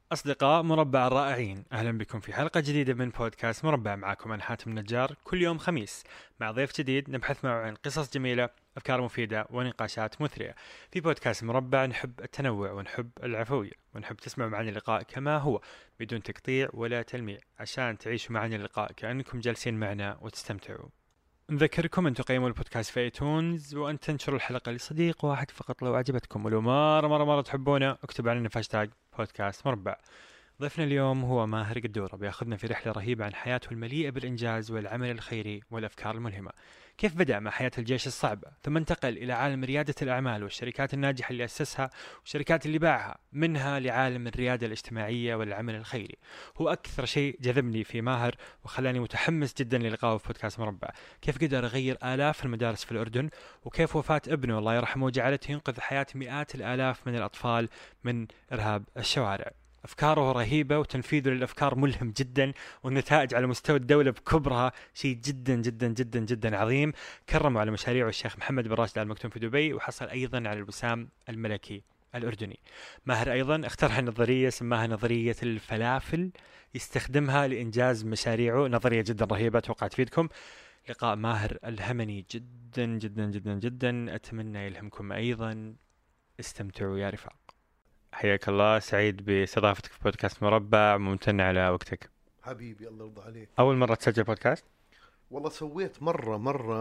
أصدقاء مربع الرائعين، أهلا بكم في حلقة جديدة من بودكاست مربع. معكم أنا حاتم النجار، كل يوم خميس مع ضيف جديد نبحث معه عن قصص جميلة، أفكار مفيدة ونقاشات مثرية. في بودكاست مربع نحب التنوع ونحب العفوية ونحب تسمعوا معنا اللقاء كما هو بدون تقطيع ولا تلميع، عشان تعيشوا معنا اللقاء كأنكم جالسين معنا وتستمتعوا. نذكركم أن تقيموا البودكاست في ايتونز وأن تنشروا الحلقة لصديق واحد فقط لو عجبتكم، ولو مرة تحبونا اكتبوا علينا في هاشتاج بودكاست مربع. ضيفنا اليوم هو ماهر قدورة، بياخذنا في رحلة رهيبة عن حياته المليئة بالإنجاز والعمل الخيري والأفكار الملهمة. كيف بدأ مع حياة الجيش الصعبة، ثم انتقل إلى عالم ريادة الأعمال والشركات الناجحة اللي أسسها والشركات اللي باعها، منها لعالم الريادة الاجتماعية والعمل الخيري. هو أكثر شيء جذبني في ماهر وخلاني متحمس جدا للقائه في بودكاست مربع، كيف قدر يغير آلاف المدارس في الأردن، وكيف وفاة ابنه الله يرحمه جعلته ينقذ حياة مئات الآلاف من الأطفال من إرهاب الشوارع. أفكاره رهيبة وتنفيذه للأفكار ملهم جدا، والنتائج على مستوى الدولة بكبرها شيء جدا جدا جدا جدا عظيم. كرموا على مشاريعه الشيخ محمد بن راشد آل مكتوم في دبي، وحصل أيضا على الوسام الملكي الأردني. ماهر أيضا اخترع نظرية سماها نظرية الفلافل، يستخدمها لإنجاز مشاريعه. نظرية جدا رهيبة، أتوقع تفيدكم. لقاء ماهر ألهمني جدا جدا جدا جدا، أتمنى يلهمكم أيضا. استمتعوا يا رفاق. حياك الله، سعيد باستضافتك في بودكاست مربع، ممتن على وقتك. حبيبي الله يرضى عليك. أول مرة تسجل بودكاست؟ والله سويت مرة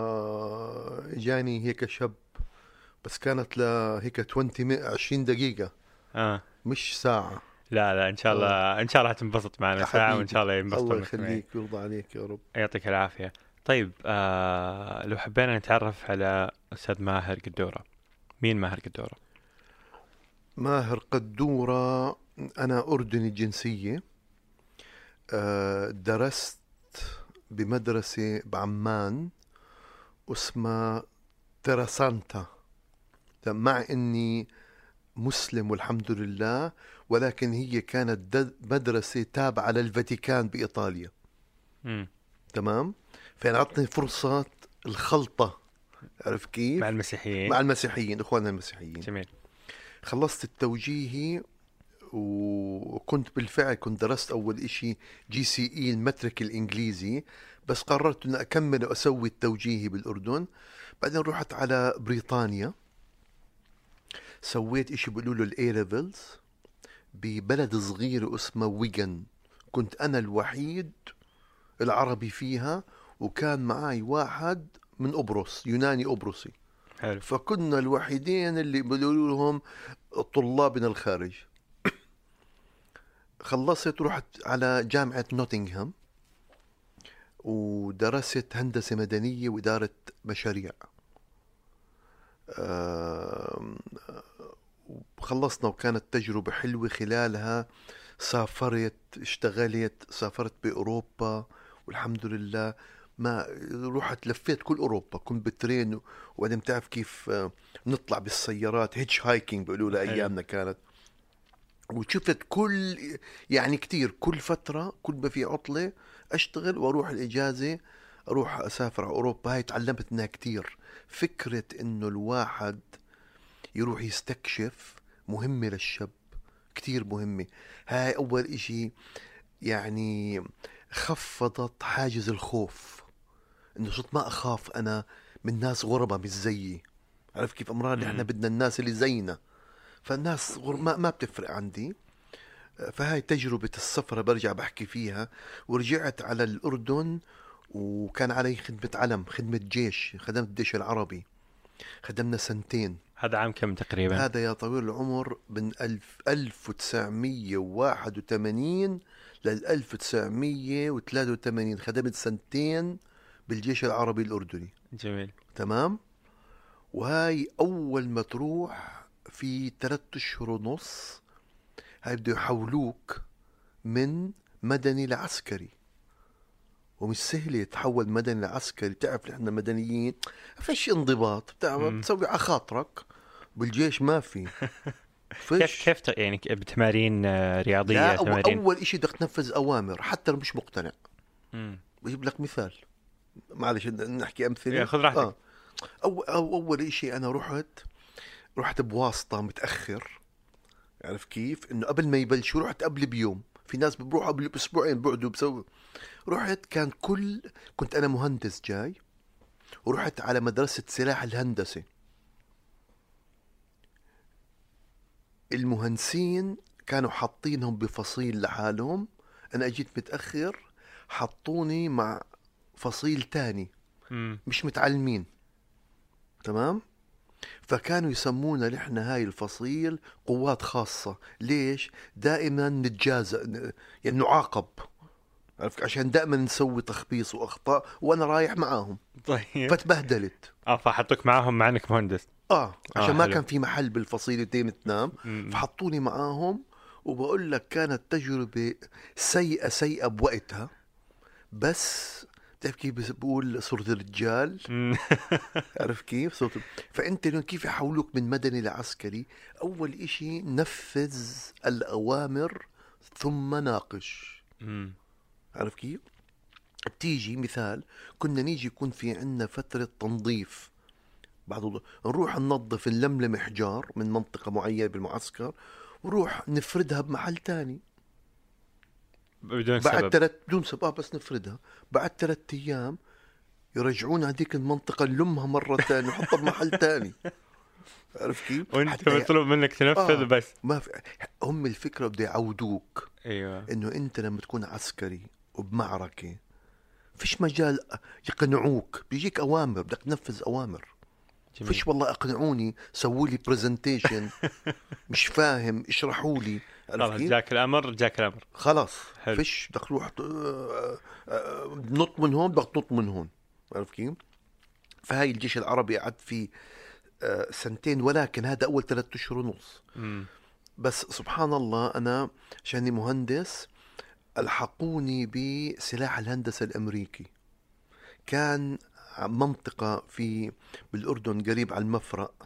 جاني هيك شاب، بس كانت هيك 20 دقيقة مش ساعة. لا إن شاء الله إن شاء الله هتنبسط معنا ساعة، وإن شاء الله ينبسطوا الله المستمعين. يخليك ويرضى عليك يا رب. يعطيك العافية. طيب لو حبينا نتعرف على أستاذ ماهر قدورة. مين ماهر قدورة؟ ماهر قدورة أنا أردني الجنسية. درست بمدرسة بعمان اسمها تراسانتا، مع إني مسلم والحمد لله، ولكن هي كانت مدرسة تابعة للفاتيكان بإيطاليا. تمام. فأنا أعطني فرصة الخلطة، عرف كيف؟ مع المسيحيين. مع المسيحيين، إخواننا المسيحيين. جميل. خلصت التوجيهي وكنت بالفعل كنت درست أول إشي GCE المترك الإنجليزي، بس قررت أن أكمل وأسوي التوجيهي بالأردن. بعدين رحت على بريطانيا، سويت إشي بيقولوا له الA levels ببلد صغير اسمه ويغن. كنت أنا الوحيد العربي فيها، وكان معاي واحد من قبرص، يوناني قبرصي. حلو. فكنا الوحيدين اللي بيقولوا لهم طلابنا الخارج. خلصت رحت على جامعة نوتنغهام ودرست هندسة مدنية وإدارة مشاريع. خلصنا وكانت تجربة حلوة. خلالها سافرت بأوروبا والحمد لله. ما رحت لفيت كل أوروبا، كنت بالترين، وبعدين تعرف كيف نطلع بالسيارات هيتش هايكينج بيقولوا لها أيامنا كانت. وشفت يعني كتير، كل فترة كل ما في عطلة أشتغل وأروح الإجازة، أروح أسافر على أوروبا. هاي تعلمت منها كتير. فكرة إنه الواحد يروح يستكشف مهمة للشاب، كتير مهمة. هاي أول إشي، يعني خفضت حاجز الخوف، إنه صرت ما أخاف أنا من ناس غربة مش زيي. عرف كيف؟ أمرار اللي إحنا بدنا الناس اللي زينا، فالناس ما بتفرق عندي. فهاي تجربة السفرة برجع بحكي فيها. ورجعت على الأردن وكان علي خدمة علم، خدمة جيش، خدمت الجيش العربي، خدمنا 2 سنين. هذا عام كم تقريبا؟ هذا يا طويل العمر من 1981 لل 1983، خدمت 2 سنين بالجيش العربي الأردني. جميل. تمام. وهاي أول ما تروح في 3 أشهر ونص، هاي بده يحولوك من مدني لعسكري، ومش سهل يتحول مدني لعسكري. بتعرف نحن مدنيين فيش انضباط، بتعرف بتسوي على خاطرك. بالجيش ما في كيف يعني بتمارين رياضية؟ لا، تمارين. أول إشي بدك تنفذ أوامر حتى لو مش مقتنع. بجيب لك مثال، معلش نحكي أمثلة. خذ راحتك. أول إشي أنا رحت بواسطة متأخر عرف كيف؟ انه قبل ما يبلشوا رحت قبل بيوم، في ناس بروحوا قبل باسبوعين بقعدوا بسوي. رحت كنت انا مهندس جاي، ورحت على مدرسة سلاح الهندسة. المهندسين كانوا حاطينهم بفصيل لحالهم، انا اجيت متأخر، حطوني مع فصيل تاني مش متعلمين. تمام. فكانوا يسمونا نحن هاي الفصيل قوات خاصة. ليش؟ دائما نتجازى، يعني نعاقب، عرفت، عشان دائما نسوي تخبيص واخطاء وانا رايح معاهم. طيب. فتبهدلت. فحطوك معاهم مع انك مهندس. عشان ما حلو. كان في محل بالفصيلة تنام. م. فحطوني معاهم، وبقول لك كانت تجربة سيئة بوقتها، بس بتعرف كيف بقول صرت رجال. عرف كيف صرت. فانت كيف يحولوك من مدني لعسكري؟ اول اشي نفذ الاوامر ثم ناقش. عرف كيف؟ بتيجي مثال، كنا نيجي يكون في عنا فترة تنظيف، نروح ننظف نلملم حجار من منطقة معينة بالمعسكر، وروح نفردها بمحل تاني بدون بعد سبب. بدون سبب. بس نفردها بعد 3 أيام يرجعون هذيك المنطقة نلمها مرة تانية نحطها بمحل تاني. عرف كيف؟ وانت مطلوب منك تنفذ بس. ما في. هم الفكرة بده يعودوك ايوه انه انت لما تكون عسكري وبمعركة فيش مجال يقنعوك، بيجيك اوامر بدك تنفذ اوامر. جميل. فيش والله اقنعوني، سووا لي برزنتيشن مش فاهم اشرحوا لي. عرفت كيف؟ جاك الامر خلاص. حلو. فيش بدك تروح نط من هون، بدك تنط من هون. عرفت كيف؟ فهاي الجيش العربي قعد فيه 2 سنين، ولكن هذا اول 3 أشهر ونص. بس سبحان الله انا عشاني مهندس الحقوني بسلاح الهندسة الامريكي. كان منطقة بالأردن قريب على المفرق.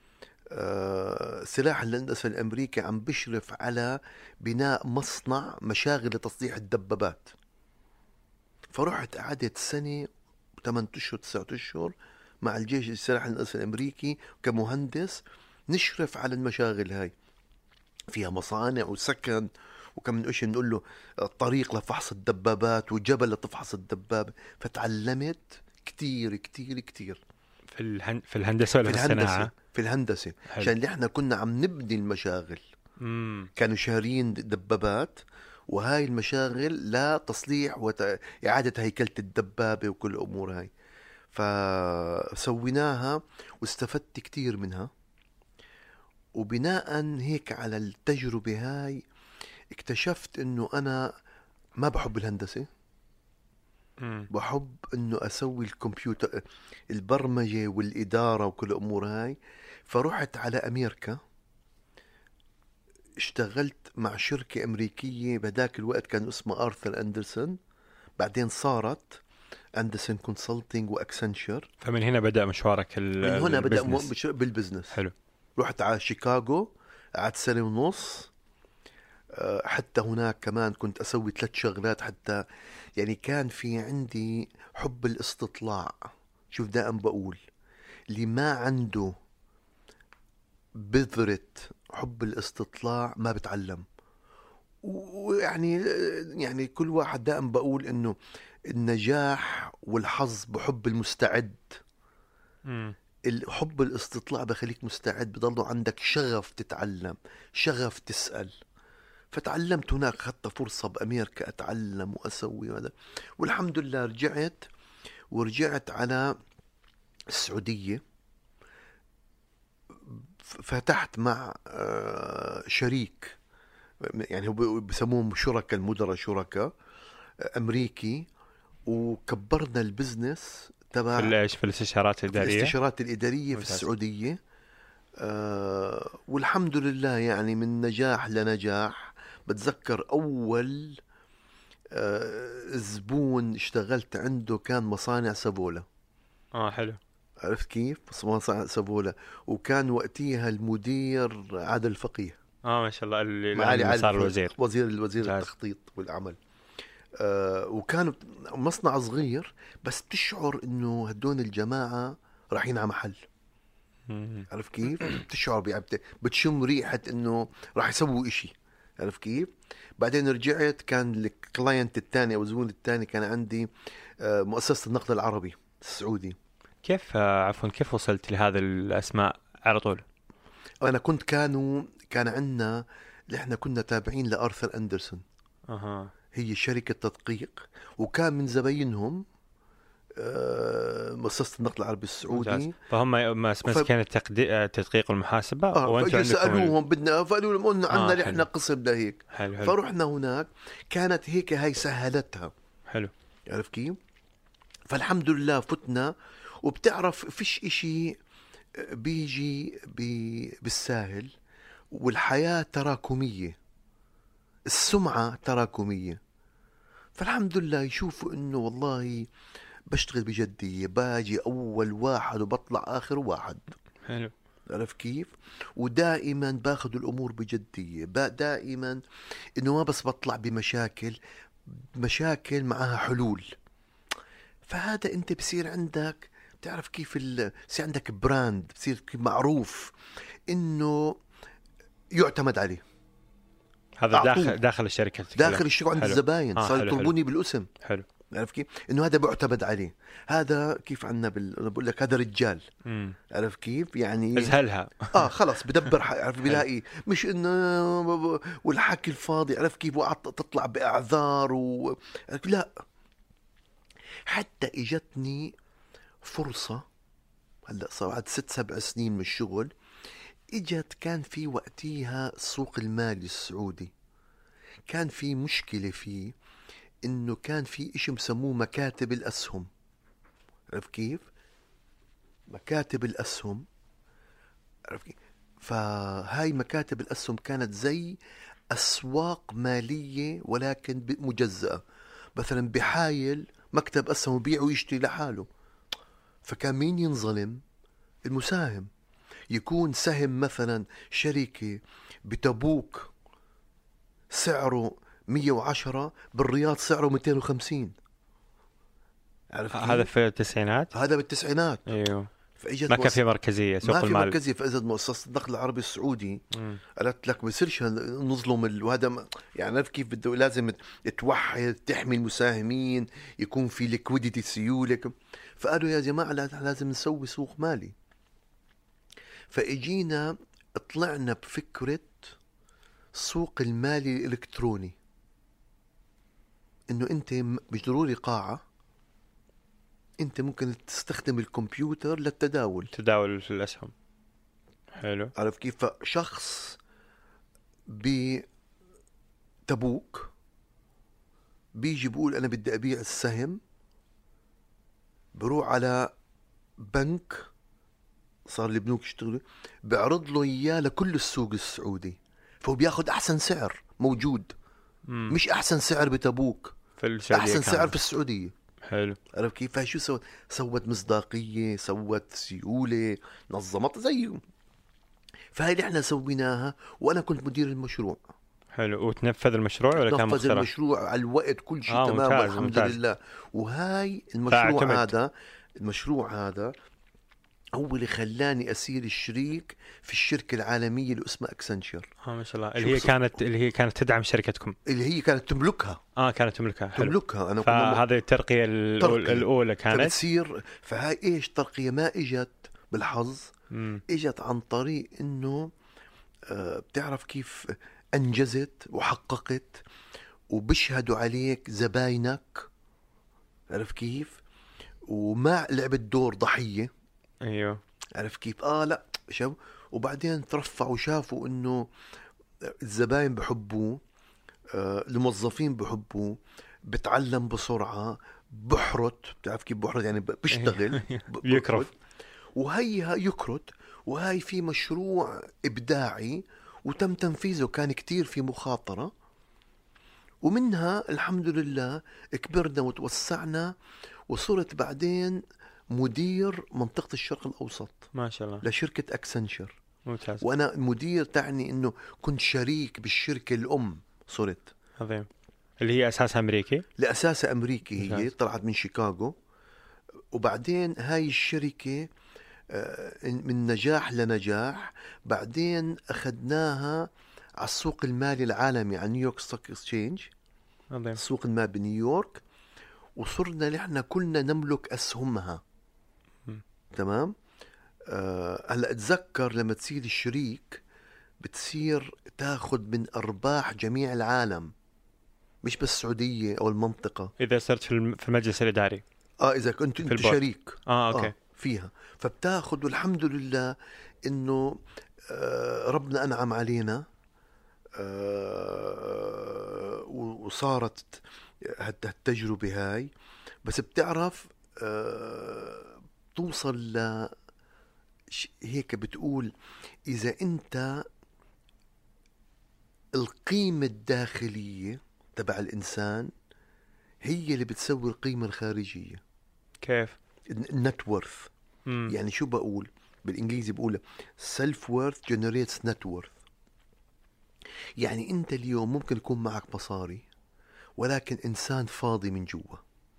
سلاح الهندسة الأمريكي عم بشرف على بناء مصنع مشاغل لتصليح الدبابات. فرحت قعدت 1 8 أشهر 9 أشهر مع الجيش السلاح الهندسة الأمريكي كمهندس، نشرف على المشاغل هاي. فيها مصانع وسكن وكم من اشي، نقول له طريق لفحص الدبابات وجبل لتفحص الدبابة. فتعلمت كتير كتير كتير في الهندسة ولا في الصناعة؟ في الهندسة. عشان اللي احنا كنا عم نبني المشاغل. كانوا شارين دبابات، وهاي المشاغل لا تصليح وإعادة هيكلة الدبابة وكل الأمور هاي. فسويناها واستفدت كتير منها. وبناء هيك على التجربة هاي اكتشفت انه انا ما بحب الهندسة. بحب انه اسوي الكمبيوتر، البرمجة والادارة وكل الامور هاي. فرحت على امريكا، اشتغلت مع شركة امريكية بهداك الوقت كان اسمها آرثر أندرسون، بعدين صارت أندرسون كونسلتينج واكسنشر. فمن هنا بدأ مشوارك من هنا بدأ بالبزنس. بالبزنس. حلو. رحت على شيكاغو، قعدت 1.5 سنة. حتى هناك كمان كنت أسوي 3 شغلات حتى، يعني كان في عندي حب الاستطلاع. شوف دائما بقول اللي ما عنده بذرة حب الاستطلاع ما بتعلم. ويعني كل واحد دائما بقول انه النجاح والحظ بحب المستعد. الحب الاستطلاع بخليك مستعد، بضلوا عندك شغف تتعلم، شغف تسأل. فتعلمت هناك، أخذت فرصة بأمريكا أتعلم وأسوي هذا. والحمد لله ورجعت على السعودية. فتحت مع شريك، يعني هو بسموهم شركاء، المدراء شركاء أمريكي، وكبرنا البزنس تبع في الاستشارات الإدارية. في الاستشارات الإدارية في السعودية. والحمد لله يعني من نجاح لنجاح. بتذكر أول زبون اشتغلت عنده كان مصانع سافولا. حلو. عرفت كيف؟ مصانع سافولا. وكان وقتها المدير عادل الفقيه. ما شاء الله، اللي صار الوزير. وزير التخطيط والعمل. وكان مصنع صغير، بس بتشعر انه هدول الجماعة رايحين على محل. عارف كيف؟ بتشعر يعني بتشم ريحة إنه راح يسووا إشي. عارف كيف؟ بعدين رجعت، كان الكلاينت الثاني أو الزبون الثاني كان عندي مؤسسة النقد العربي السعودي. كيف عفوا كيف وصلت لهذا الأسماء على طول؟ أنا كان عندنا، إحنا كنا تابعين لآرثر أندرسون. هي شركة تدقيق، وكان من زباينهم مؤسسة النقد العربي السعودي. فهم ماسكين التدقيق والمحاسبة. وانتم سألوهم بدنا، فقالوا لهم قلنا عندنا احنا قسم لهيك. حلو. فرحنا هناك، كانت هيك، هاي سهلتها. حلو. عرف كيف؟ فالحمد لله فتنا. وبتعرف فيش اشي بيجي بالساهل، والحياة تراكمية، السمعة تراكمية. فالحمد لله يشوفوا انه والله بشتغل بجدية، باجي أول واحد وبطلع آخر واحد. حلو. عرف كيف؟ ودائما باخذ الأمور بجدية، دائما إنه ما بس بطلع بمشاكل، مشاكل معها حلول. فهذا أنت بصير عندك، تعرف كيف بصير عندك براند، بصير كيف معروف إنه يعتمد عليه. هذا داخل الشركة، داخل الشركة عند الزباين صاروا يطلبوني بالاسم. حلو. عرف كيف؟ انه هذا بيعتمد عليه، هذا كيف عنا بقول لك هذا رجال. عرف كيف يعني؟ ازهلها. خلص بدبر عرف، بلاقي مش انه والحكي الفاضي. عرف كيف؟ تطلع باعذار لا. حتى اجتني فرصة هلا صار بعد 6-7 سنين من الشغل، كان في وقتيها السوق المالي السعودي كان في مشكلة فيه، انه كان في اشي مسموه مكاتب الاسهم. عرف كيف؟ مكاتب الاسهم. عرف كيف؟ فهاي مكاتب الاسهم كانت زي اسواق مالية ولكن مجزأة. مثلا بحايل مكتب اسهم يبيع ويشتري لحاله. فكان مين ينظلم؟ المساهم. يكون سهم مثلا شركة بتبوك سعره 110، بالرياض سعره 250. عرفت؟ هذا في التسعينات. هذا بالتسعينات. ايوه. ما كان في مركزية سوق المال. ما في مركزية. فإذا مؤسسة النقد العربي السعودي قالت لك بصيرش نظلم وهذا يعني عارف كيف؟ بده لازم توحد، تحمي المساهمين، يكون في ليكويديتي، سيولة. فقالوا يا جماعة لازم نسوي سوق مالي. فإجينا طلعنا بفكرة سوق المالي الإلكتروني، إنه أنت مش ضروري قاعة، أنت ممكن تستخدم الكمبيوتر للتداول، تداول في الأسهم. حلو. عارف كيف؟ فشخص بتبوك بيجي بيقول أنا بدي أبيع السهم، بروح على بنك، صار البنوك يشتغلوا، بعرض له إياه لكل السوق السعودي، فهو بياخد أحسن سعر موجود. مش أحسن سعر بتبوك، أحسن سعر في السعودية. حلو. عرف كيف؟ فشو سوت مصداقية، سوت سيولة، نظمت زيه. فهي اللي احنا سويناها، وأنا كنت مدير المشروع. حلو. وتنفذ المشروع ولا كان نفذ المشروع على الوقت، كل شيء تمام الحمد لله. وهاي المشروع هذا هو اللي خلاني أصير الشريك في الشركة العالمية اللي اسمها أكسنشر. ما شاء الله. اللي هي كانت تدعم شركتكم، اللي هي كانت تملكها. كانت تملكها. حلو. تملكها. أنا فهذه الترقية الأولى كانت فبتصير. فهاي إيش ترقية ما إجت بالحظ. إجت عن طريق إنه بتعرف كيف أنجزت وحققت، وبشهدوا عليك زباينك. عرف كيف؟ وما لعبت دور ضحية. ايوه. عرف كيف؟ لا شو. وبعدين ترفعوا وشافوا انه الزباين بحبوه، الموظفين بحبوه، بتعلم بسرعة، بحرت. بتعرف كيف بحرت؟ يعني بيشتغل يكرف. وهي يكرت. وهاي في مشروع إبداعي وتم تنفيذه، كان كتير في مخاطرة، ومنها الحمد لله كبرنا وتوسعنا، وصرت بعدين مدير منطقة الشرق الأوسط. ما شاء الله. لشركة أكسنشر. ممتاز. وأنا مدير، تعني أنه كنت شريك بالشركة الأم. صرت. عظيم. اللي هي أساسها أمريكي. لأساسها أمريكي. هي طلعت من شيكاغو. وبعدين هاي الشركة من نجاح لنجاح. بعدين أخذناها على السوق المالي العالمي، على نيويورك ستوك اكسشينج، السوق المالي بنيويورك، وصرنا نحن كلنا نملك أسهمها. تمام. هلا اتذكر لما تصير الشريك بتصير تاخذ من أرباح جميع العالم، مش بس السعودية أو المنطقة. إذا صرت في المجلس الإداري، إذا كنت أنت شريك أوكي. فيها، فبتاخذ. والحمد لله إنه ربنا أنعم علينا، وصارت هالتجربة هاي. بس بتعرف توصل ل هيك بتقول، إذا أنت القيمة الداخلية تبع الإنسان هي اللي بتسوي القيمة الخارجية. كيف؟ النت وورث. يعني شو بقول بالإنجليزي؟ بقول self worth generates net worth. يعني أنت اليوم ممكن يكون معك مصاري ولكن إنسان فاضي من جوا.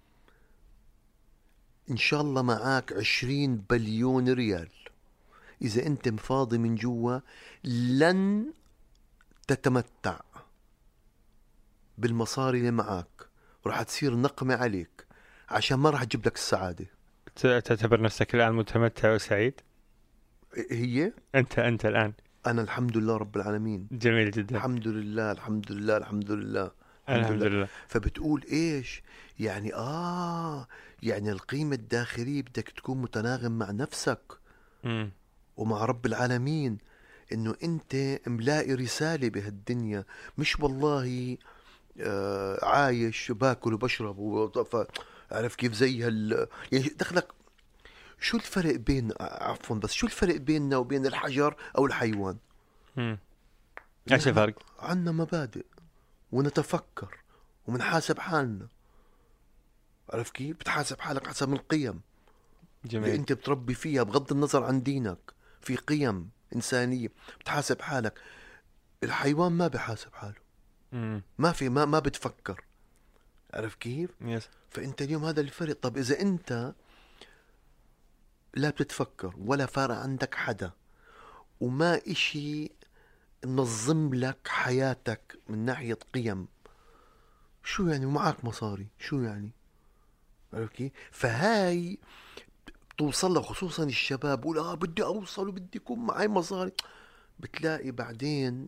إن شاء الله معك 20 بليون ريال، إذا أنت فاضي من جوا لن تتمتع بالمصاري اللي معك، ورح تصير نقمة عليك عشان ما رح تجيب لك السعادة. تعتبر نفسك الآن متمتع وسعيد؟ هي أنت الآن؟ أنا الحمد لله رب العالمين. جميل جدا. الحمد لله الحمد لله الحمد لله الحمد لله. فبتقول إيش يعني؟ يعني القيمة الداخلية بدك تكون متناغم مع نفسك ومع رب العالمين، إنه أنت ملاقي رسالة بهالدنيا، مش والله عايش باكل وبشرب عارف كيف زي يعني دخلك. شو الفرق بين بس شو الفرق بيننا وبين الحجر أو الحيوان؟ ايش الفرق؟ عنا مبادئ ونتفكر ومنحاسب حالنا. عارف كيف؟ بتحاسب حالك حسب من القيم اللي انت بتربي فيها، بغض النظر عن دينك. في قيم إنسانية بتحاسب حالك. الحيوان ما بحاسب حاله، ما بتفكر. عارف كيف؟ فانت اليوم هذا الفرق. طب اذا انت لا بتتفكر ولا فارق عندك حدا وما إشي نظم لك حياتك من ناحية قيم، شو يعني معك مصاري؟ شو يعني؟ عارف كيف؟ فهاي توصل له، خصوصا الشباب بقول بدي أوصل وبدي يكون معي مصاري. بتلاقي بعدين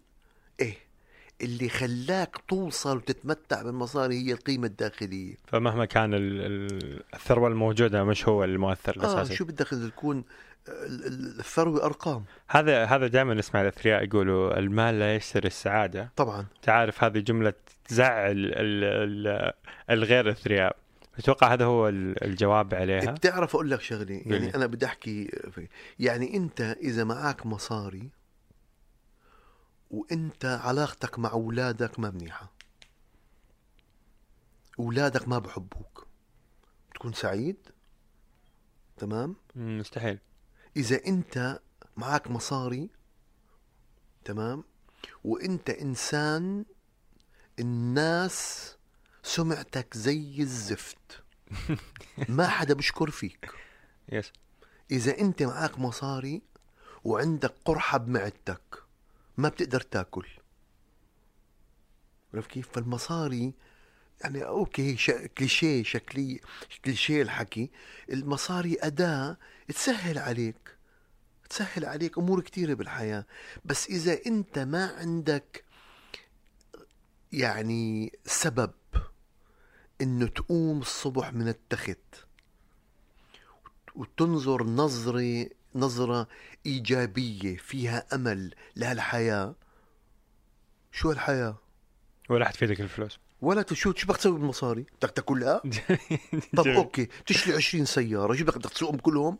اللي خلاك توصل وتتمتع بالمصاري هي القيمة الداخلية. فمهما كان الثروة الموجودة مش هو المؤثر الأساسي. شو بدك تكون الثروة أرقام. هذا دائما نسمع الأثرياء يقولوا المال لا يشتري السعادة. طبعا تعرف هذه جملة تزعل الغير أثرياء. أتوقع هذا هو الجواب عليها. بتعرف أقول لك شغلي يعني أنا بدي أحكي يعني أنت إذا معك مصاري وأنت علاقتك مع أولادك ما منيحة، أولادك ما بحبوك، تكون سعيد؟ تمام؟ مستحيل. إذا أنت معك مصاري تمام وأنت إنسان الناس سمعتك زي الزفت ما حدا بشكر فيك. إذا أنت معك مصاري وعندك قرحة بمعدتك ما بتقدر تاكل. عرف كيف؟ فالمصاري يعني أوكي كليشيه شكلي، كليشيه الحكي. المصاري أداة تسهل عليك أمور كتيرة بالحياة. بس إذا أنت ما عندك يعني سبب إنه تقوم الصبح من التخت وتنظر نظرة إيجابية فيها أمل لهالحياة، شو الحياة؟ ولا حتفيدك الفلوس ولا شو بدك تسوي بالمصاري؟ بدك تاكلها؟ طب أوكي تشتري 20 سيارة، شو بدك تسوقهم كلهم؟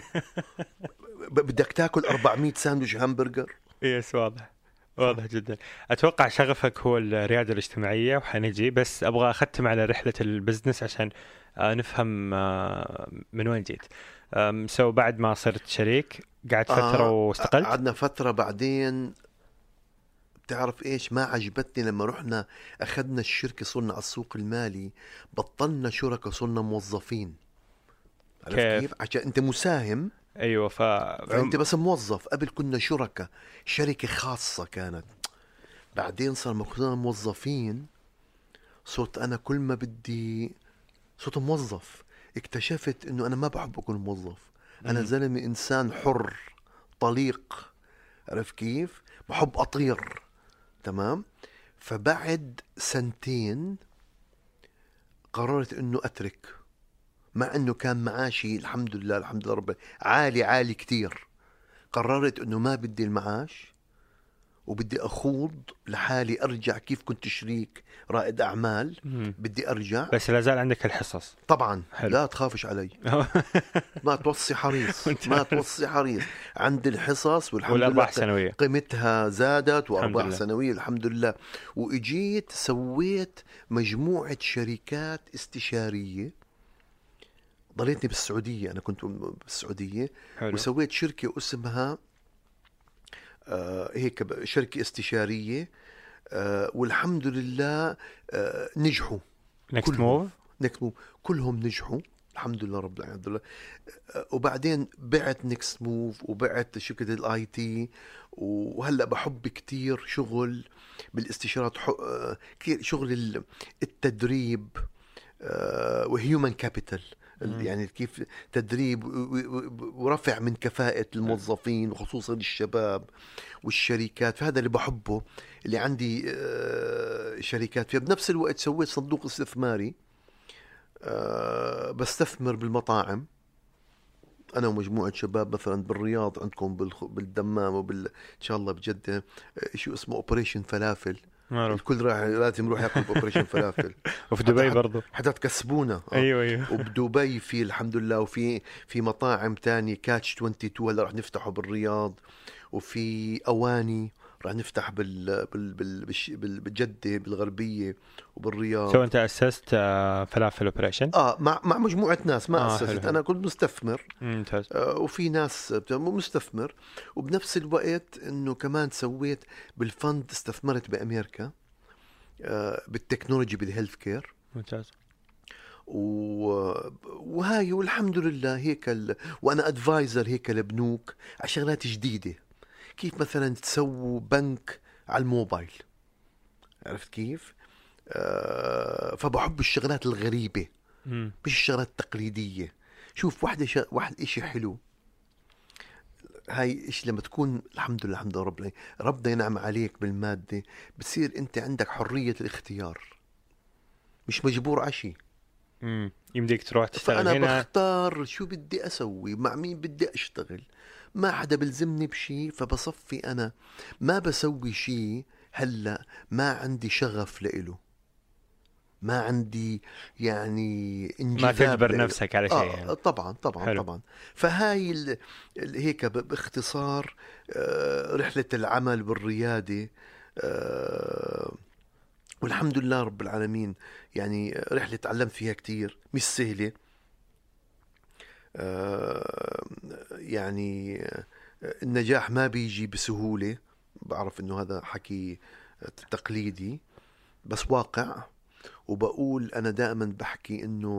بدك تاكل 400 ساندويش همبرجر؟ واضح جدا. أتوقع شغفك هو الريادة الاجتماعية وحنجي، بس أبغى أختم على رحلة البزنس عشان نفهم من وين جيت. بعد ما صرت شريك قعدت فترة واستقلت. قعدنا فترة، بعدين بتعرف إيش ما عجبتني لما رحنا أخذنا الشركة صرنا على السوق المالي، بطلنا شركة صرنا موظفين. عرفت كيف؟ عشان أنت مساهم ايوه فانت بس موظف. قبل كنا شركة خاصة كانت، بعدين صار ما كنا موظفين صرت انا كل ما بدي صرت موظف. اكتشفت انه انا ما بحب اكون موظف. انا زلمة انسان حر طليق، عرف كيف؟ بحب اطير. تمام. فبعد 2 قررت انه اترك، مع انه كان معاشي الحمد لله رب عالي كتير. قررت انه ما بدي المعاش وبدي اخوض لحالي، ارجع كيف كنت شريك رائد اعمال. بدي ارجع، بس لا زال عندك الحصص طبعا. حلو. لا تخافش علي. ما توصي حريص ما توصي حريص. عندي الحصص والحمد والأرباح لله سنوية قيمتها زادت، وارباح لله. سنويه الحمد لله. واجيت سويت مجموعه شركات استشاريه. ضليتني بالسعوديه، انا كنت بالسعوديه. حلو. وسويت شركه اسمها هيك شركه استشاريه. والحمد لله نجحوا. نكست موف كلهم نجحوا الحمد لله رب العالمين. وبعدين بعت نيكست موف وبعت شركة الاي تي. وهلا بحب كتير شغل بالاستشارات، كتير شغل التدريب وهيومن كابيتال، يعني كيف تدريب ورفع من كفاءة الموظفين وخصوصا الشباب والشركات. فهذا اللي بحبه، اللي عندي شركات فيها. بنفس الوقت سويت صندوق استثماري بستثمر بالمطاعم، أنا ومجموعة شباب مثلا بالرياض عندكم بالدمام إن شاء الله بجدة شو اسمه أوبريشن فلافل. الكل راح لازم يروح ياكل بأوبريشن فلافل. وفي دبي برضو حتى تكسبونا. أيوة. وبدبي في الحمد لله، وفي مطاعم تانية كاتش 22 هلا راح نفتحه بالرياض، وفي أواني راح نفتح بالجدة بالغربية وبالرياض. سو أنت أسست فلافل أوبريشن؟ مع مجموعة ناس ما أسست. حلو. أنا كنت مستثمر. ممتاز. وفي ناس مستثمر. وبنفس الوقت إنه كمان سويت بالفند، استثمرت بأمريكا بالتكنولوجي بالهيلث كير. ممتاز. وهاي والحمد لله هيك وأنا أدفايزر هيك لبنوك على شغلات جديدة، كيف مثلا تسووا بنك على الموبايل، عرفت كيف؟ فبحب الشغلات الغريبة مش الشغلات التقليدية. شوف واحد إشي حلو، هاي إيش لما تكون الحمد لله ربنا ينعم عليك بالمادة، بتصير أنت عندك حرية الاختيار، مش مجبور عشي. يمديك تروح تشتغل فأنا هنا. بختار شو بدي أسوي، مع مين بدي أشتغل. ما حدا بلزمني بشي، فبصفي أنا ما بسوي شي هلأ ما عندي شغف لإله، ما عندي يعني ما تجبر نفسك على شيء يعني. طبعا حلو. طبعا. فهاي هيك باختصار رحلة العمل بالريادة. والحمد لله رب العالمين، يعني رحلة تعلمت فيها كتير، مش سهلة. يعني النجاح ما بيجي بسهولة، بعرف انه هذا حكي تقليدي بس واقع. وبقول انا دائما بحكي انه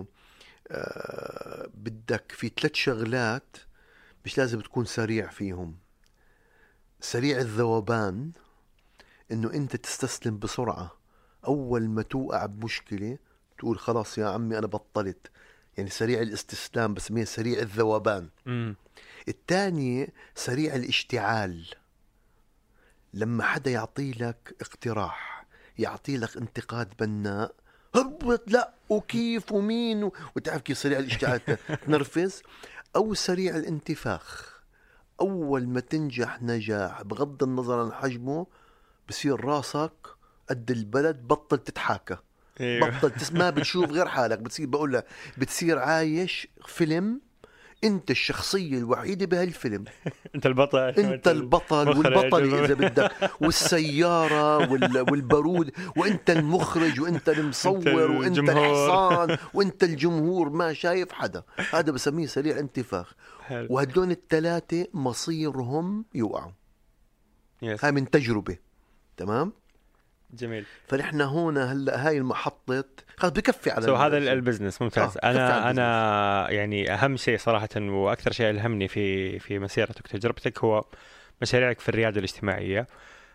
بدك في 3 شغلات مش لازم تكون سريع فيهم. سريع الذوبان، انه انت تستسلم بسرعة اول ما توقع بمشكلة تقول خلاص يا عمي انا بطلت، يعني سريع الاستسلام، بس مين سريع الذوبان. الثانية سريع الاشتعال، لما حدا يعطي لك اقتراح، يعطي لك انتقاد بناء، هبط لا وكيف ومين وتعرف كيف سريع الاشتعال تنرفز. او سريع الانتفاخ، اول ما تنجح نجاح بغض النظر عن حجمه بصير راسك قد البلد، بطل تتحاكى. أيوه. بطل ما بتشوف غير حالك، بتصير عايش فيلم، انت الشخصية الوحيدة بهالفيلم. انت البطل والبطل اذا بدك، والسيارة والبارود، وانت المخرج وانت المصور وانت الحصان وانت الجمهور، ما شايف حدا. هذا بسميه سريع انتفاخ. وهدول ال3 مصيرهم يوقعوا. هاي من تجربة. تمام. جميل. فنحن هنا هلا هاي المحطة خلاص بكفي على هذا البزنس ممتاز. أنا يعني أهم شيء صراحة وأكثر شيء ألهمني في مسيرتك وتجربتك هو مشاريعك في الريادة الاجتماعية.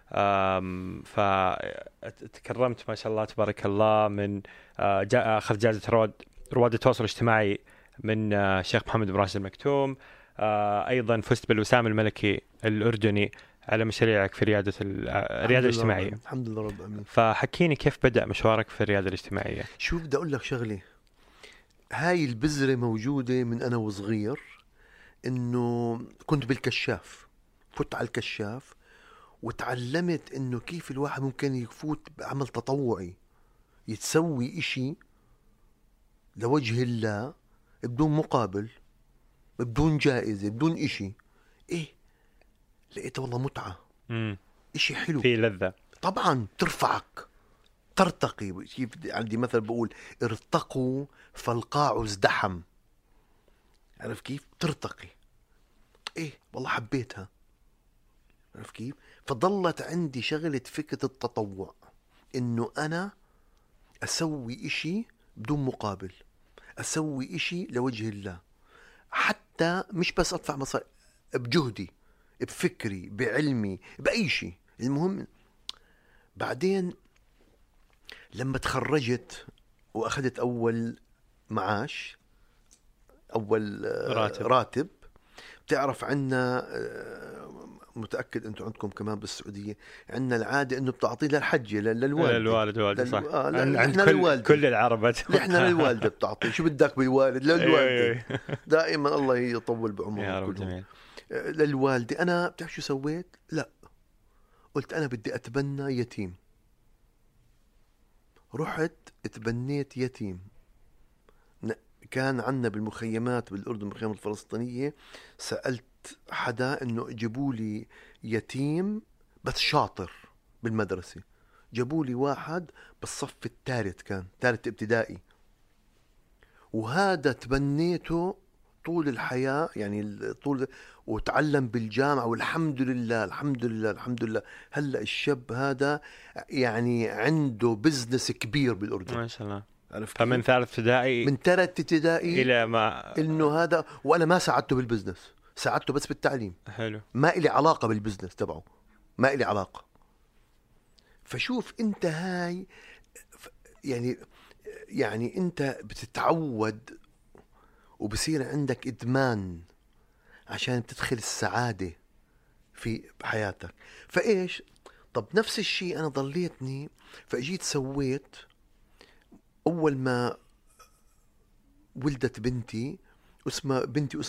فتكرمت ما شاء الله تبارك الله من أخذ جائزة رواد التواصل الاجتماعي من الشيخ محمد بن راشد المكتوم. أيضا فزت بالوسام الملكي الأردني على مشاريعك في ريادة الريادة الاجتماعية. الحمد لله رب العالمين. فحكيني كيف بدأ مشوارك في الريادة الاجتماعية؟ شو بدي أقول لك شغلة، هاي البذرة موجودة من أنا وصغير، إنه كنت بالكشاف، فت على الكشاف وتعلمت إنه كيف الواحد ممكن يفوت بعمل تطوعي، يتسوي إشي لوجه الله بدون مقابل، بدون جائزة، بدون إشي. إيه لقيته والله متعة. إشي حلو، في لذة طبعا، ترفعك، ترتقي. كيف عندي مثل بقول ارتقوا فالقاع ازدحم. عرف كيف؟ ترتقي. ايه والله حبيتها. عرف كيف؟ فضلت عندي شغلة فكرة التطوع، انه انا اسوي اشي بدون مقابل، اسوي اشي لوجه الله، حتى مش بس ادفع مصاري، بجهدي، بفكري، بعلمي، باي شيء. المهم بعدين لما تخرجت واخذت اول معاش، اول راتب، بتعرف عنا، متأكد انتم عندكم كمان بالسعودية عنا العادة انه بتعطيه للحجة للوالد والدي صح. عند كل العرب احنا للوالدة بتعطي. شو بدك بالوالد؟ للوالدة. دائما الله يطول بعمرهم يا رب. جميل. للوالدة. انا بتعرف شو سويت؟ لا، قلت انا بدي اتبنى يتيم. رحت اتبنيت يتيم. كان عنا بالمخيمات بالأردن، المخيمات الفلسطينية، سألت حدا انه جيبوا لي يتيم بس شاطر بالمدرسة. جابوا لي واحد بالصف الثالث، كان ثالث ابتدائي، وهذا تبنيته طول الحياة، يعني طول، وتعلم بالجامعة، والحمد لله الحمد لله الحمد لله. هلأ الشاب هذا يعني عنده بزنس كبير بالأردن ما شاء الله. عرفت؟ فمن ثالث ابتدائي، من ثالث ابتدائي إلى ما إنه هذا. وأنا ما ساعدته بالبزنس، ساعدته بس بالتعليم. حلو. ما إلي علاقة بالبزنس تبعه، ما إلي علاقة. فشوف أنت هاي، يعني أنت بتتعود وبصير عندك إدمان عشان تدخل السعادة في حياتك. فإيش؟ طب نفس الشيء أنا ضليتني، فأجيت سويت أول ما ولدت بنتي، اسمها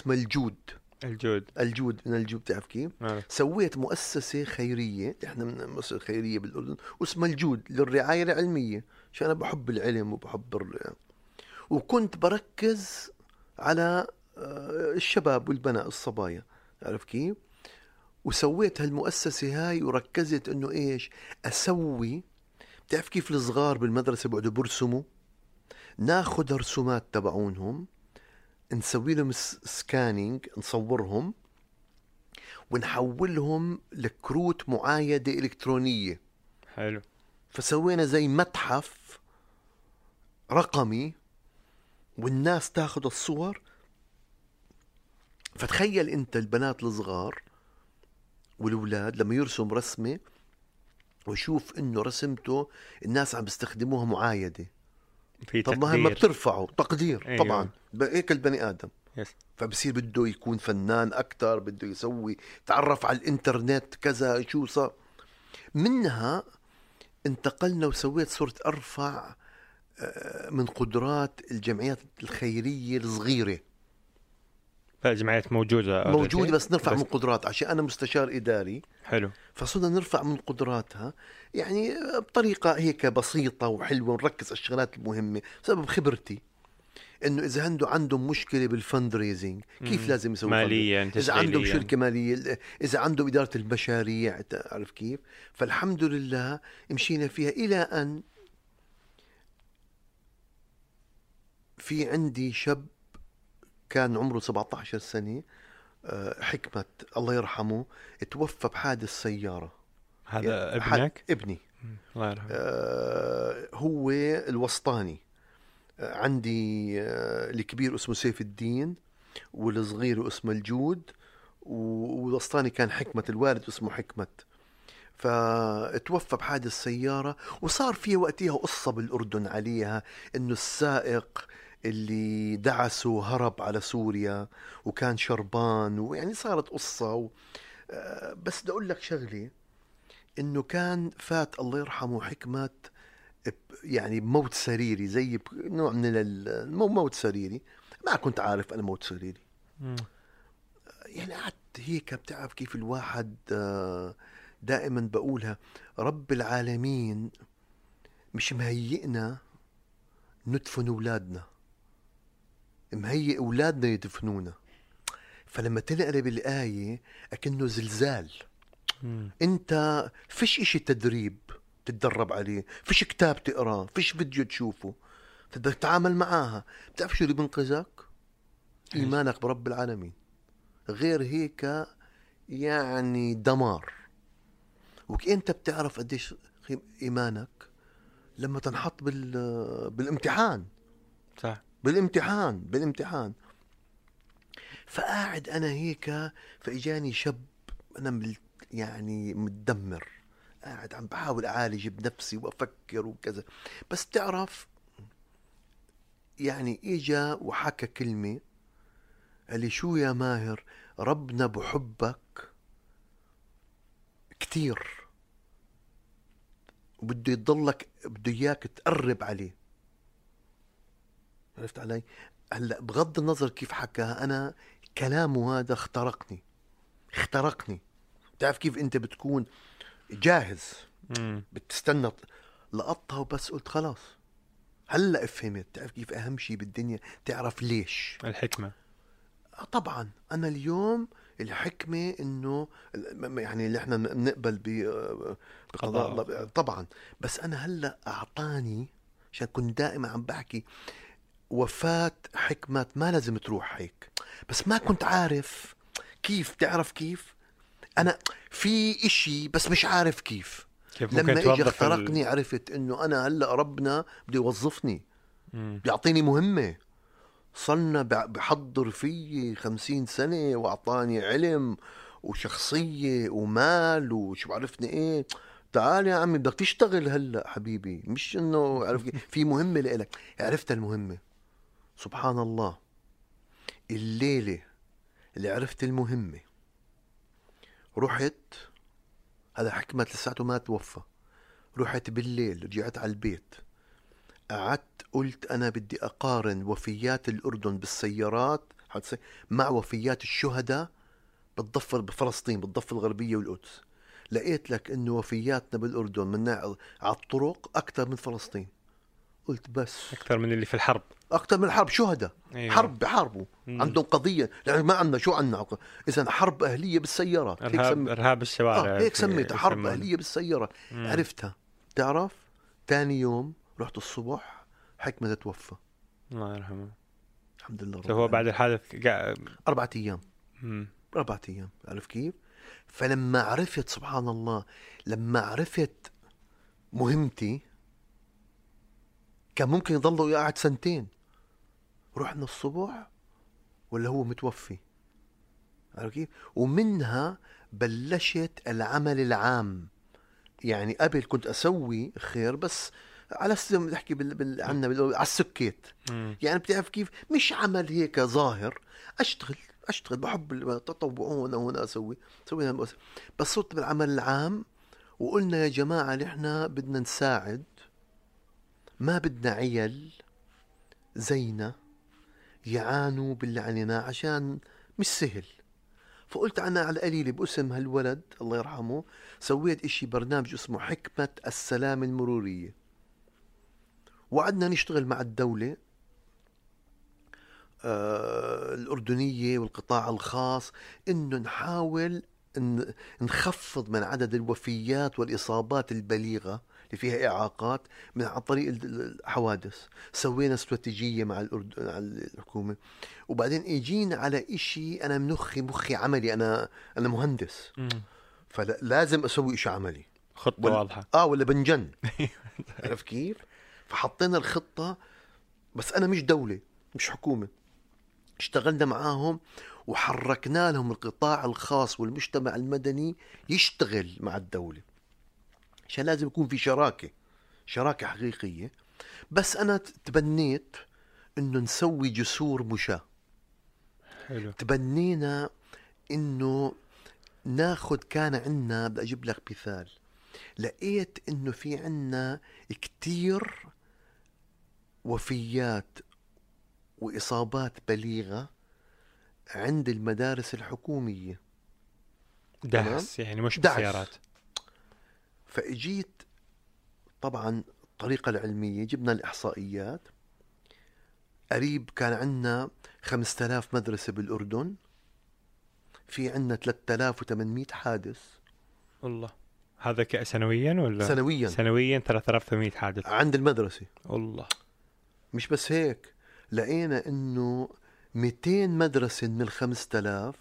الجود من الجود، تعرف كيف؟ سويت مؤسسة خيرية، احنا من مؤسسة خيرية بالأردن، واسمها الجود للرعاية العلمية، عشان أنا بحب العلم وبحب وكنت بركز على الشباب والبنات الصبايا، عرف كيف؟ وسويت هالمؤسسة هاي، وركزت انه ايش اسوي. بتعرف كيف الصغار بالمدرسة بيقعدوا برسموا؟ ناخد رسومات تبعونهم، نسوي لهم سكانينج، نصورهم ونحولهم لكروت معايدة إلكترونية. حلو. فسوينا زي متحف رقمي، والناس تاخد الصور. فتخيل انت البنات الصغار والأولاد لما يرسم رسمة ويشوف انه رسمته الناس عم بيستخدموها معايدة، في طب ما بترفعه تقدير. أيوة. طبعا هيك البني آدم. يس. فبصير بده يكون فنان أكتر، بده يسوي، تعرف على الإنترنت كذا شو صار. منها انتقلنا وسويت، صرت أرفع من قدرات الجمعيات الخيرية الصغيرة. فالجمعيات موجودة بس نرفع من قدرات، عشان أنا مستشار إداري. حلو. فصرنا نرفع من قدراتها، يعني بطريقة هيك بسيطة وحلوة، ونركز على الشغلات المهمة بسبب خبرتي. إنه إذا عندهم مشكلة بالفند ريزنج، كيف لازم يسوي ماليا، إذا عندهم شركة مالية، إذا عندهم إدارة المشاريع، تعرف كيف؟ فالحمد لله مشينا فيها إلى أن في عندي شاب كان عمره 17 سنة، حكمة الله يرحمه، توفى بحادث سيارة. هذا ابنك؟ ابني الله يرحمه. هو الوسطاني. عندي الكبير اسمه سيف الدين، والصغير اسمه الجود، والوسطاني كان حكمة، الوالد اسمه حكمة. فتوفى بحادث سيارة، وصار في وقتها قصة بالأردن عليها إنه السائق اللي دعسه وهرب على سوريا وكان شربان، ويعني صارت قصة بس بدي أقول لك شغلة، إنه كان فات الله يرحمه حكمة يعني بموت سريري، زي نوع من موت سريري. ما كنت عارف أنا موت سريري. يعني قعدت هيك، بتعرف كيف الواحد دائما بقولها، رب العالمين مش مهيئنا ندفن أولادنا، مهيئ أولادنا يدفنونا. فلما تنقلب الآية أكنه زلزال. أنت فيش إشي تدريب تتدرب عليه، فيش كتاب تقراه، فيش فيديو تشوفه، بدك تتعامل معاها. بتعرف شو اللي بينقذك؟ إيمانك برب العالمين. غير هيك يعني دمار. وأنت بتعرف قديش إيمانك لما تنحط بالامتحان. صح. بالامتحان. فقاعد أنا هيك، فإجاني شاب أنا يعني متدمر، قاعد عم بحاول أعالج بنفسي وأفكر وكذا. بس تعرف يعني إجا وحكى كلمة، قال لي شو يا ماهر، ربنا بحبك كتير وبده يضلك، بده إياك تقرب عليه. عرفت علي؟ هلأ بغض النظر كيف حكاها، أنا كلامه هذا اخترقني. تعرف كيف أنت بتكون جاهز بتستنى لقطها، وبس قلت خلاص هلأ فهمت. تعرف كيف أهم شيء بالدنيا تعرف ليش؟ الحكمة. طبعا أنا اليوم الحكمة إنه يعني اللي احنا بنقبل بقضاء الله طبعا. بس أنا هلأ أعطاني، عشان كنت دائما عم بحكي وفاة حكمة ما لازم تروح هيك، بس ما كنت عارف كيف. تعرف كيف؟ أنا في إشي بس مش عارف كيف. لما إجا اخترقني عرفت إنه أنا هلأ ربنا بده يوظفني، بيعطيني مهمة. صلنا بحضر فيي 50 سنة، وأعطاني علم وشخصية ومال وشو بعرفني إيه. تعال يا عمي بدك تشتغل هلأ حبيبي، مش إنه عرف في مهمة لإلك. عرفت المهمة. سبحان الله، الليلة اللي عرفت المهمة رحت، هذا حكمة لساته ما توفى، رحت بالليل رجعت على البيت، قعدت قلت أنا بدي أقارن وفيات الأردن بالسيارات مع وفيات الشهداء بالضفة بفلسطين، بالضفة الغربية والقدس. لقيت لك إنه وفياتنا بالأردن من على الطرق أكثر من فلسطين. قلت بس أكثر من اللي في الحرب، أكثر من الحرب. شهداء. أيوة. حرب بحاربوا، عندهم قضية، لأن ما عندنا. شو عندنا؟ إذا حرب أهلية بالسيارات، إرهاب الشوارع. هيك سميتها حرب أهلية بالسيارة. عرفتها. تعرف تاني يوم رحت الصبح حكمة توفى، الله يرحمه. الحمد لله. هو بعد الحادث 4 أيام. 4 أيام. عرف كيف؟ فلما عرفت سبحان الله، لما عرفت مهمتي، كان ممكن يضلوا قاعد 2 سنين. رحنا الصبح ولا هو متوفي. عرف كيف؟ ومنها بلشت العمل العام. يعني قبل كنت أسوي خير بس على السم نحكي عنا على السكيت. يعني بتعرف كيف؟ مش عمل هيك ظاهر. أشتغل بحب التطوع هنا أسوي بس صرت بالعمل العام. وقلنا يا جماعة نحن بدنا نساعد، ما بدنا عيل زينا يعانوا باللي علينا، عشان مش سهل. فقلت أنا على القليل باسم هالولد الله يرحمه سويت إشي برنامج اسمه حكمة السلام المرورية، وعدنا نشتغل مع الدولة الأردنية والقطاع الخاص إنه نحاول نخفض من عدد الوفيات والإصابات البليغة اللي فيها إعاقات عن طريق الحوادث. سوينا استراتيجية مع الحكومة. وبعدين اجينا على إشي، أنا مخي عملي، أنا مهندس، فلازم أسوي إشي عملي. خطة واضحة. ولا بنجن. عرف كيف؟ فحطينا الخطة، بس أنا مش دولة، مش حكومة. اشتغلنا معاهم وحركنا لهم القطاع الخاص والمجتمع المدني يشتغل مع الدولة، عشان لازم يكون في شراكة حقيقية. بس أنا تبنيت إنه نسوي جسور مشاة. حلو. تبنينا إنه ناخد، كان عنا، بدي أجيب لك مثال. لقيت إنه في عنا كتير وفيات وإصابات بليغة عند المدارس الحكومية. دعس يعني مش دعس. بسيارات. فإجيت طبعا الطريقة العلمية، جبنا الإحصائيات. قريب كان عنا 5000 مدرسة بالأردن، في عنا 3800 حادث. والله هذا سنويا ولا؟ سنويا 3800 حادث عند المدرسة. والله. مش بس هيك، لقينا إنه 200 مدرسة من 5000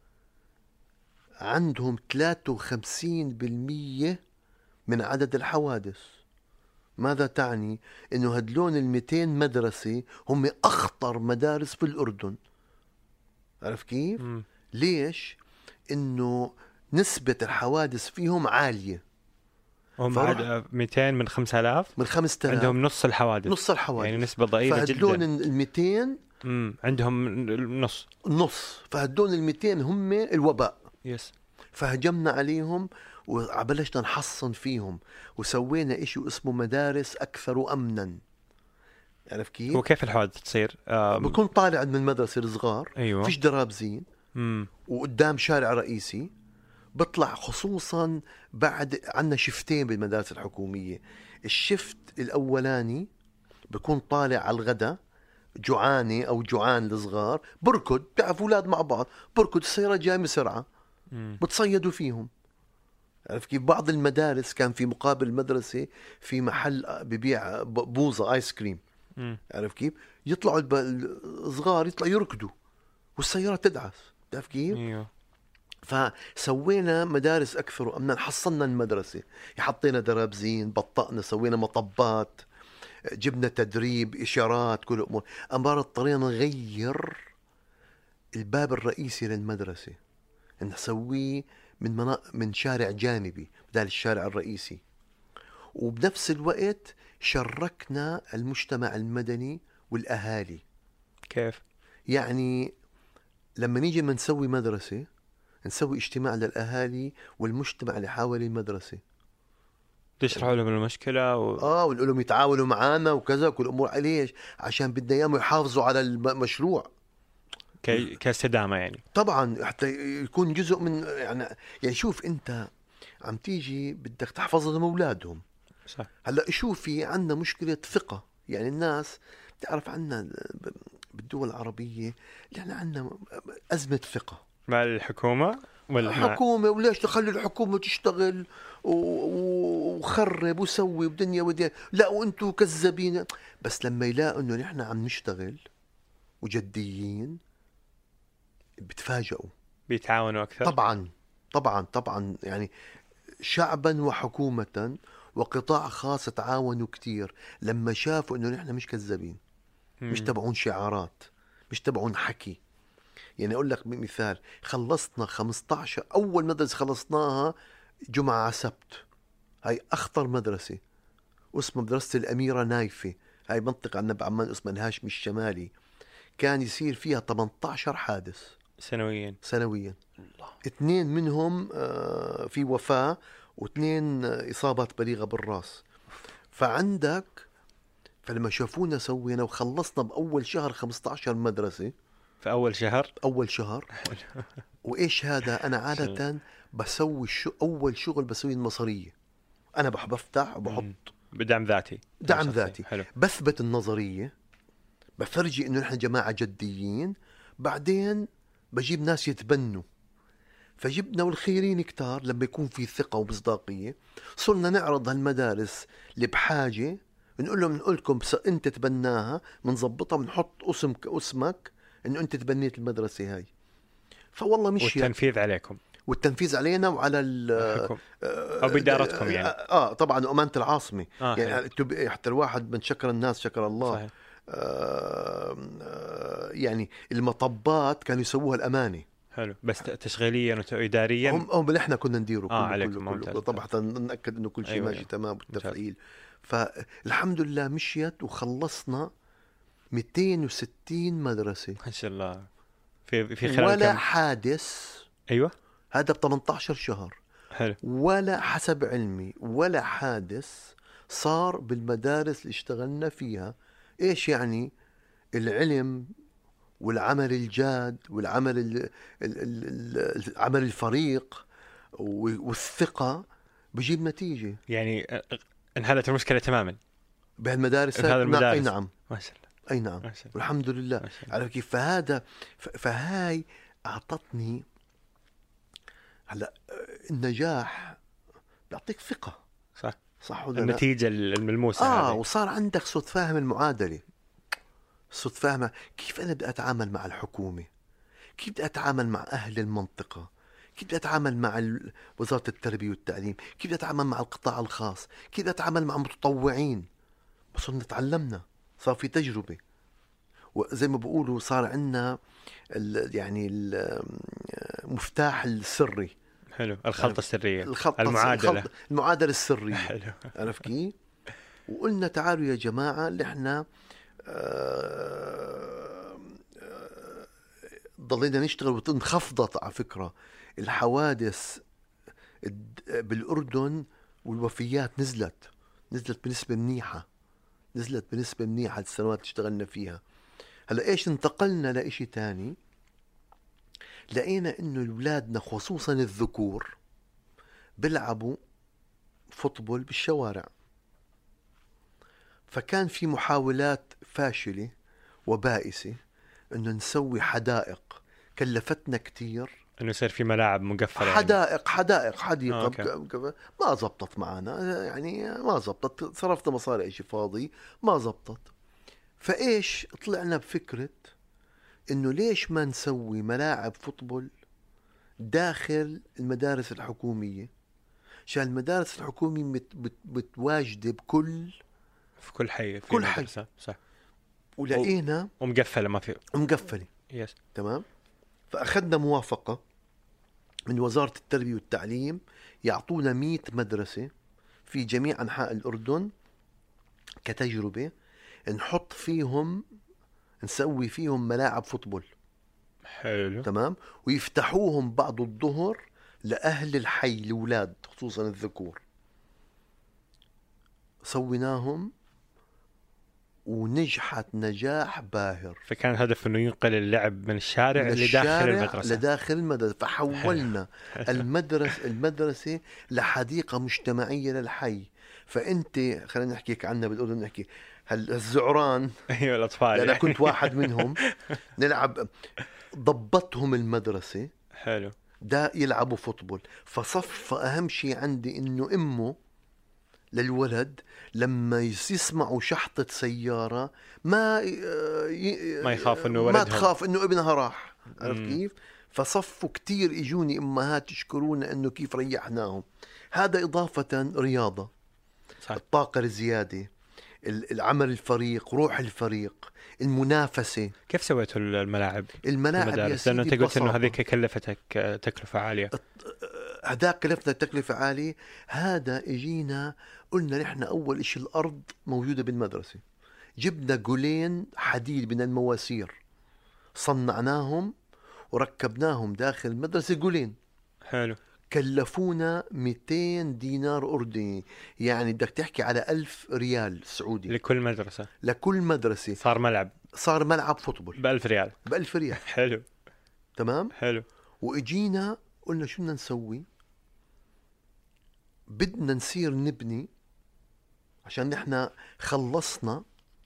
عندهم 53% من عدد الحوادث. ماذا تعني؟ إنه هدلون 200 مدرسة هم أخطر مدارس في الأردن. عرف كيف؟ ليش؟ إنه نسبة الحوادث فيهم عالية. هم 200 من 5000 عندهم نص الحوادث. يعني نسبة ضئيلة جدا. فهدلون 200 عندهم نص. فهدلون 200 هم الوباء. يس. فهجمنا عليهم وعبلشنا نحصن فيهم، وسوينا إشي اسمه مدارس أكثر أمنا. عرف كيف؟ وكيف الحوادث تصير؟ بكون طالع من المدرسة الصغار. أيوة. فيش درابزين. وقدام شارع رئيسي. بطلع خصوصا بعد عنا شفتين بالمدارس الحكومية. الشفت الأولاني بكون طالع على الغداء، جوعانة أو جوعان الصغار، بركض، بتعرف أولاد مع بعض، بركض السيارة جاية بسرعة، بتصيدوا فيهم. عرف كيف؟ بعض المدارس كان في مقابل المدرسة في محل ببيع بوظة آيس كريم. عرف كيف؟ يطلعوا الصغار يطلعوا يركضوا والسيارة تدعس. عرف كيف؟ أيوه. فسوينا مدارس أكثر أمنا. حصلنا المدرسة، حطينا درابزين، بطأنا، سوينا مطبات، جبنا تدريب، إشارات، كل أمور. أمر اضطرينا نغير الباب الرئيسي للمدرسة، نسويه من شارع جانبي بدل الشارع الرئيسي. وبنفس الوقت شركنا المجتمع المدني والأهالي. كيف؟ يعني لما نيجي من نسوي مدرسة، نسوي اجتماع للأهالي والمجتمع اللي حوالي المدرسة، تشرحوا لهم المشكلة ونقول لهم يتعاونوا معنا وكذا كل أمور. عليش؟ عشان بدنا إياهم يحافظوا على المشروع كاستدامة يعني. طبعا حتى يكون جزء من يعني شوف أنت عم تيجي بدك تحفظ لهم أولادهم. صح. هلأ شوف، في عنا مشكلة ثقة. يعني الناس بتعرف عنا بالدول العربية يعني عنا أزمة ثقة مع الحكومة الحكومة. وليش تخلي الحكومة تشتغل وخرب وسوي ودنيا ودنيا، لا وانتو كذابين. بس لما يلاقوا انه نحن عم نشتغل وجديين بتفاجئوا، بيتعاونوا أكثر. طبعا يعني شعبا وحكومة وقطاع خاص تعاونوا كتير لما شافوا انه نحن مش كذابين، مش تبعون شعارات، مش تبعون حكي. يعني أقول لك مثال، خلصنا 15 أول مدرسة خلصناها جمعة على سبت. هاي أخطر مدرسة، اسمها مدرسة الأميرة نايفة. هاي منطقة عنا بعمان اسمها الهاشمي الشمالي. كان يصير فيها 18 حادث سنويا. الله. 2 منهم في وفاة، و2 إصابات بليغة بالرأس. فلما شافونا سوينا وخلصنا بأول شهر 15 مدرسة في أول شهر. وإيش هذا؟ أنا عادة بسوي أول شغل بسوي المصرية. أنا بفتح وبحط بدعم ذاتي. حلو. بثبت النظرية، بفرجي إنه نحن جماعة جديين. بعدين بجيب ناس يتبنوا. فجبنا والخيرين كتار لما يكون في ثقة ومصداقية. صرنا نعرض هالمدارس اللي بحاجة، نقول لكم أنت تبناها، منظبطها، بنحط اسمك إنه أنت تبنيت المدرسة هاي. فوالله مش والتنفيذ عليكم. والتنفيذ علينا وعلى الحكومة أو بإدارتكم يعني. طبعا أمانة العاصمة. يعني حلو. حتى الواحد من شكر الناس شكر الله. صحيح. يعني المطبات كانوا يسووها الأمانة. حلو. بس تشغيليا وإداريا هم اللي احنا كنا نديره كله. طبعا نتأكد انه كل شيء أيوة ماشي تمام بالتفعيل. فالحمد لله مشيت وخلصنا 260 مدرسة ما شاء الله في خلال ولا كم؟ حادث. أيوة. هذا ب 18 شهر. حلو. ولا حسب علمي ولا حادث صار بالمدارس اللي اشتغلنا فيها. ايش يعني؟ العلم والعمل الجاد والعمل عمل الفريق والثقة بجيب نتيجة. يعني انحلت المشكلة تماما بهالمدارس. هذا المدارس. أي نعم. ما شاء الله. أي نعم. ما شاء الله. والحمد لله. ما شاء الله. على كيف؟ فهاي أعطتني هلا النجاح بيعطيك ثقة. صح ولا النتيجة الملموسة. وصار عندك صوت فاهم المعادلة، صوت فاهمة كيف أنا بدي أتعامل مع الحكومة، كيف بدي أتعامل مع أهل المنطقة، كيف بدي أتعامل مع وزارة التربية والتعليم، كيف بدي أتعامل مع القطاع الخاص، كيف بدي أتعامل مع متطوعين. بصرنا تعلمنا، صار في تجربة، وزي ما بقولوا صار عندنا يعني المفتاح السري. حلو. الخلطة السرية. المعادلة السرية. حلو. عرف كيف؟ وقلنا تعالوا يا جماعة اللي احنا ضلينا نشتغل وانخفضت على فكرة الحوادث بالأردن، والوفيات نزلت بنسبة منيحة السنوات اللي اشتغلنا فيها. هلا ايش انتقلنا لإشي تاني؟ لقينا انه الولادنا خصوصا الذكور بيلعبوا فوتبول بالشوارع، فكان في محاولات فاشلة وبائسة انه نسوي حدائق، كلفتنا كتير انه يصير في ملاعب مقفلة حديقة ما زبطت معنا، يعني ما زبطت، صرفنا مصاري اشي فاضي ما زبطت. فايش طلعنا بفكرة انه ليش ما نسوي ملاعب فوتبول داخل المدارس الحكومية، عشان المدارس الحكومية متواجدة في كل حي كل حي. صح. ولقينا ومقفلة ما في مقفلة. يس. تمام. فأخذنا موافقة من وزارة التربية والتعليم يعطونا 100 مدرسة في جميع أنحاء الأردن كتجربة نحط فيهم، نسوي فيهم ملاعب فوتبول. حلو. تمام. ويفتحوهم بعد الظهر لأهل الحي الأولاد خصوصا الذكور. سويناهم ونجحت نجاح باهر. فكان الهدف انه ينقل اللعب من الشارع لداخل المدرسة. فحولنا المدرسة لحديقة مجتمعية للحي. فأنت خلينا نحكيك عنها بالأردن، نحكي الزعران. ايوه الأطفال. أنا كنت واحد منهم. نلعب، ضبطهم المدرسة حلو دا يلعبوا فوتبول. فصف أهم شيء عندي إنه أمه للولد لما يسمعوا شحطة سيارة ما يخاف انه ولدهم، ما تخاف انه ابنها راح. عرف كيف؟ فصفوا كتير، اجوني امهات يشكرونا انه كيف ريحناهم. هذا اضافة رياضة. صح. الطاقة الزيادة، العمل الفريق، روح الفريق، المنافسة. كيف سويتوا الملاعب يا سيدي لأنه أنت قلت إنه هذيك كلفتك تكلفة عالية. هذاك كلفنا تكلفة عالية. هذا اجينا قلنا نحن أول إشي الأرض موجودة بالمدرسة، جبنا قولين حديد من المواسير صنعناهم وركبناهم داخل المدرسة قولين. حلو. كلفونا 200 دينار أردني، يعني بدك تحكي على 1000 ريال سعودي لكل مدرسة. لكل مدرسة صار ملعب فوتبول ب1000 ريال. ب1000 ريال. حلو. تمام. حلو. وإجينا قلنا شو بدنا نسوي؟ بدنا نصير نبني، عشان نحن خلصنا،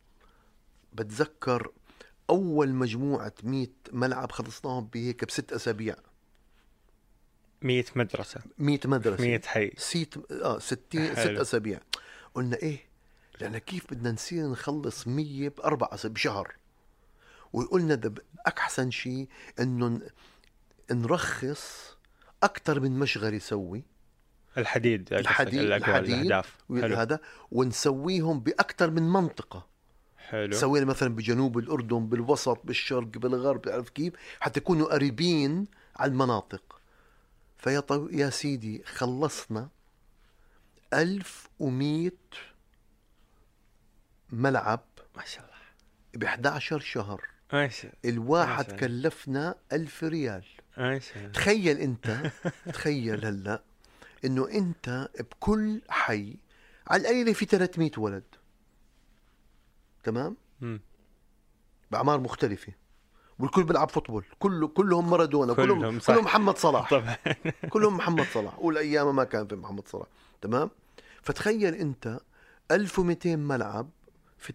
بتذكر أول مجموعة 100 ملعب خلصناهم بهيك ب6 أسابيع. 100 مدرسة 100 حي 60 6 أسابيع. قلنا إيه، لأن كيف بدنا نصير نخلص 100 ب4 أسابيع بشهر. وقلنا ده أحسن شيء إنه نرخص اكثر من مشغل يسوي الحديد الأهداف هذا، ونسويهم باكثر من منطقه. حلو. سوينا مثلا بجنوب الاردن، بالوسط، بالشرق، بالغرب، تعرف كيف، حتى يكونوا قريبين على المناطق. يا سيدي خلصنا 1100 ملعب ما شاء الله ب11 شهر. ماشي. الواحد كلفنا 1000 ريال. ماشي. تخيل انت تخيل هلا انه انت بكل حي على القليلة في 300 ولد، تمام، بأعمار مختلفة، والكل بيلعب فوتبول، كلهم مارادونا، كلهم محمد صلاح طبعا. كلهم محمد صلاح، والأيام ما كان في محمد صلاح، تمام. فتخيل انت 1200 ملعب في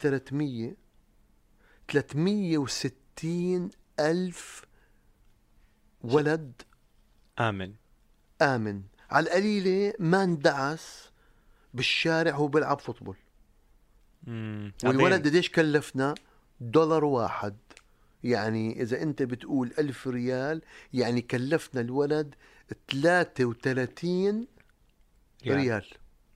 360 ألف ولد آمن على القليلة ما اندعس بالشارع هو بيلعب فوتبول. والولد قديش كلفنا؟ $1. يعني إذا أنت بتقول 1000 ريال، يعني كلفنا الولد 33 ريال.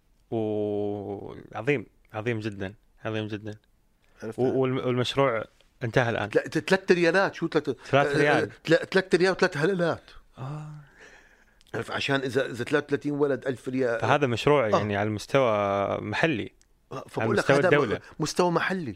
عظيم جدا، عظيم جدا. والمشروع انتهى الآن. 3 ريالات. شو 3 ريال؟ 3 ريال و3 هللات. عشان إذا 33 ولد 1000 ريال، فهذا مشروع يعني على المستوى محلي، على مستوى الدولة، مستوى محلي.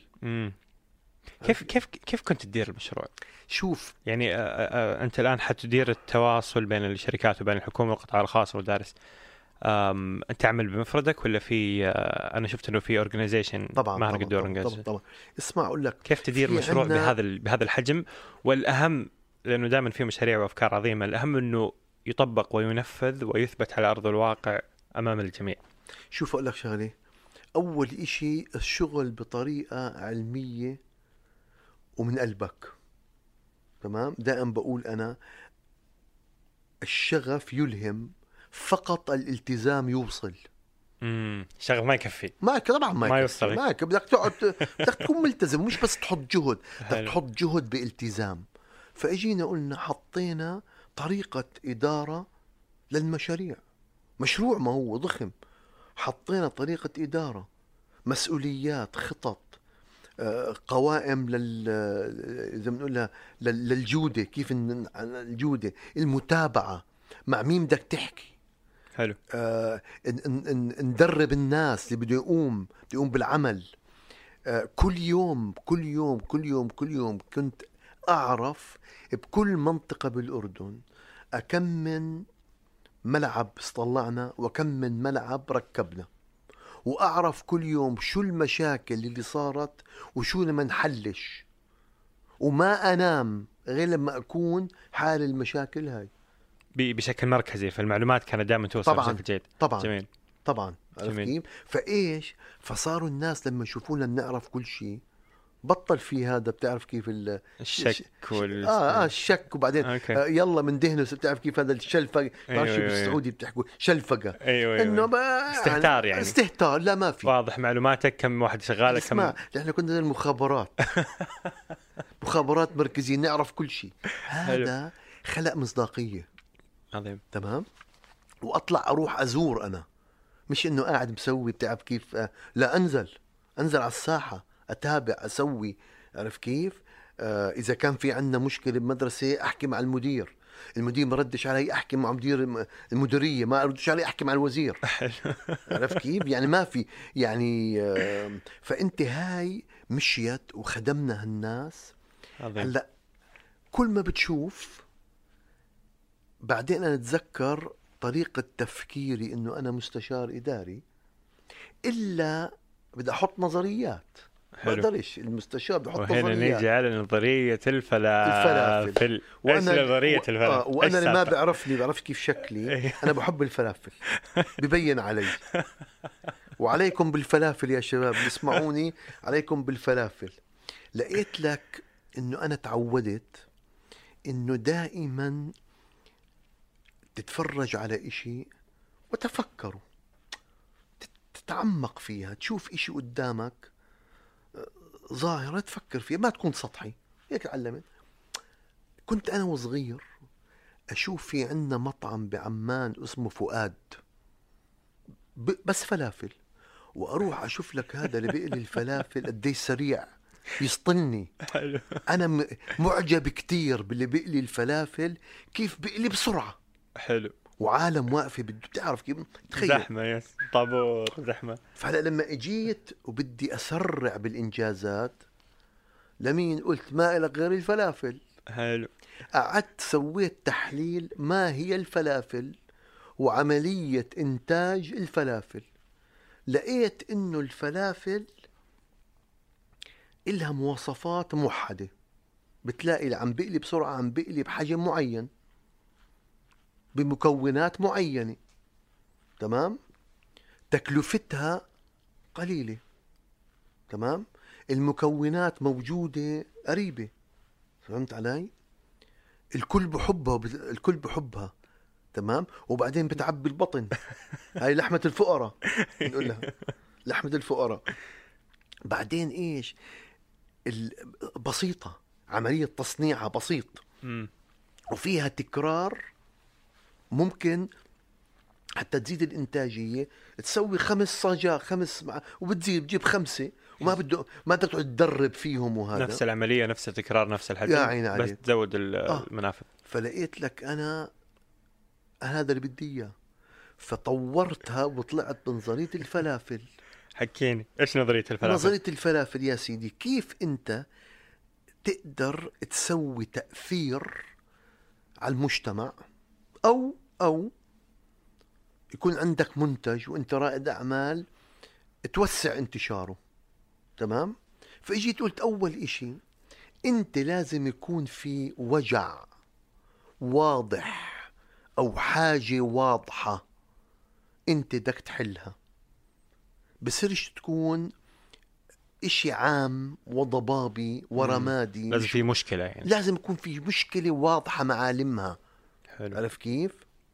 كيف كنت تدير المشروع؟ شوف يعني أنت الآن حتدير التواصل بين الشركات وبين الحكومة والقطاع الخاص والمدارس. أنت تعمل بمفردك ولا في أنا شفت إنه في أورجانيزيشن مهرج الدور؟ طبعا. اسمع أقول لك كيف تدير مشروع بهذا الحجم، والأهم لأنه دائما في مشاريع وأفكار عظيمة، الأهم إنه يطبق وينفذ ويثبت على أرض الواقع أمام الجميع. شوف أقول لك شغلة، أول إشي الشغل بطريقة علمية ومن قلبك، تمام. دائما بقول أنا الشغف يلهم، فقط الالتزام يوصل. الشغف ما يكفي، طبعا ما يوصل. بدك تقعد بدك تكون ملتزم، مش بس تحط جهد، بدك تحط جهد بالتزام. فاجينا قلنا حطينا طريقة إدارة للمشاريع. مشروع ما هو ضخم، حطينا طريقة إدارة، مسؤوليات، خطط، قوائم زي ما نقولها للجودة، كيف الجودة، المتابعة، مع مين بدك تحكي. حلو. ندرب الناس اللي بده يقوم بالعمل. كل يوم كنت أعرف بكل منطقة بالأردن كم من ملعب استطلعنا وكم من ملعب ركبنا، وأعرف كل يوم شو المشاكل اللي صارت وشو لما نحلش، وما أنام غير لما أكون حال المشاكل هاي بشكل مركزي. فالمعلومات كانت دائما توصل بشكل جيد. جميل. طبعا. فإيش فصاروا الناس لما يشوفونا بنعرف كل شيء، بطل في هذا، بتعرف كيف الشك الشك. وبعدين يلا من دهنه، بتعرف كيف هذا الشلفقة. أيوة. بالسعودي بتحكوا شلفقة. إنه استهتار يعني استهتار. لا، ما في. واضح معلوماتك، كم واحد شغال، كم. احنا كنا المخابرات مخابرات مركزية، نعرف كل شيء. هذا خلق مصداقية. عظيم. تمام. وأطلع أروح أزور أنا، مش إنه قاعد مسوي بتعرف كيف. لا، أنزل على الساحة، أتابع، أسوي، عارف كيف. إذا كان في عندنا مشكلة بمدرسة أحكي مع المدير ما ردش علي، أحكي مع مدير المديرية، ما ردش علي، أحكي مع الوزير. عارف كيف يعني، ما في يعني. فأنت هاي مشيت وخدمنا هالناس. هلا كل ما بتشوف بعدين، أنا أتذكر طريقة تفكيري إنه أنا مستشار إداري، إلا بدي أحط نظريات. ما بقدرش المستشار بحط نظريات. وهنا نيجي على نظرية الفلافل. نظرية الفلافل. وأنا اللي ما بعرفش كيف شكلي. أنا بحب الفلافل، ببين علي. وعليكم بالفلافل يا شباب اللي يسمعوني، عليكم بالفلافل. لقيت لك إنه أنا تعودت إنه دائما تتفرج على إشي وتفكره، تتعمق فيها، تشوف إشي قدامك ظاهرة تفكر فيها، ما تكون سطحي. هيك علمت. كنت أنا وصغير اشوف في عندنا مطعم بعمان اسمه فؤاد بس فلافل، واروح اشوف لك هذا اللي بيقلي الفلافل قديش سريع يسطلني. حلو. انا معجب كتير باللي بيقلي الفلافل كيف بيقلي بسرعة. حلو. وعالم واقفة بده تعرف كيف، تخيل زحمة، يس طابور زحمة. فهلا لما اجيت وبدي اسرع بالانجازات، لمين قلت ما إلك غير الفلافل. حلو. قعدت سويت تحليل ما هي الفلافل وعملية إنتاج الفلافل، لقيت إنه الفلافل إلها مواصفات موحدة. بتلاقي اللي عم بقلي بسرعة عم بقلي بحجم معين بمكونات معينة، تمام؟ تكلفتها قليلة، تمام؟ المكونات موجودة قريبة، فهمت علي؟ الكل بحبها تمام. وبعدين بتعبي البطن. هاي لحمة الفقراء نقول لها لحمة الفقراء. بعدين ايش بسيطة، عملية تصنيعها بسيط وفيها تكرار، ممكن حتى تزيد الإنتاجية، تسوي 5 صاجات وبتزيد بتجيب 5 وما ما بدك تقعد تدرب فيهم وهذا نفس العملية نفس التكرار نفس الحجم، يا عيني عليك. بس تزود المنافذ. فلقيت لك أنا هذا اللي بدي إياه، فطورتها وطلعت بنظرية الفلافل. حكيني إيش نظرية الفلافل؟ نظرية الفلافل يا سيدي، كيف أنت تقدر تسوي تأثير على المجتمع، أو يكون عندك منتج وأنت رائد أعمال توسع انتشاره، تمام؟ فإجيت قلت أول إشي أنت لازم يكون في وجع واضح أو حاجة واضحة أنت بدك تحلها، بصيرش تكون إشي عام وضبابي ورمادي. لازم في مشكلة يعني. لازم يكون في مشكلة واضحة معالمها. حلو. عرف كيف؟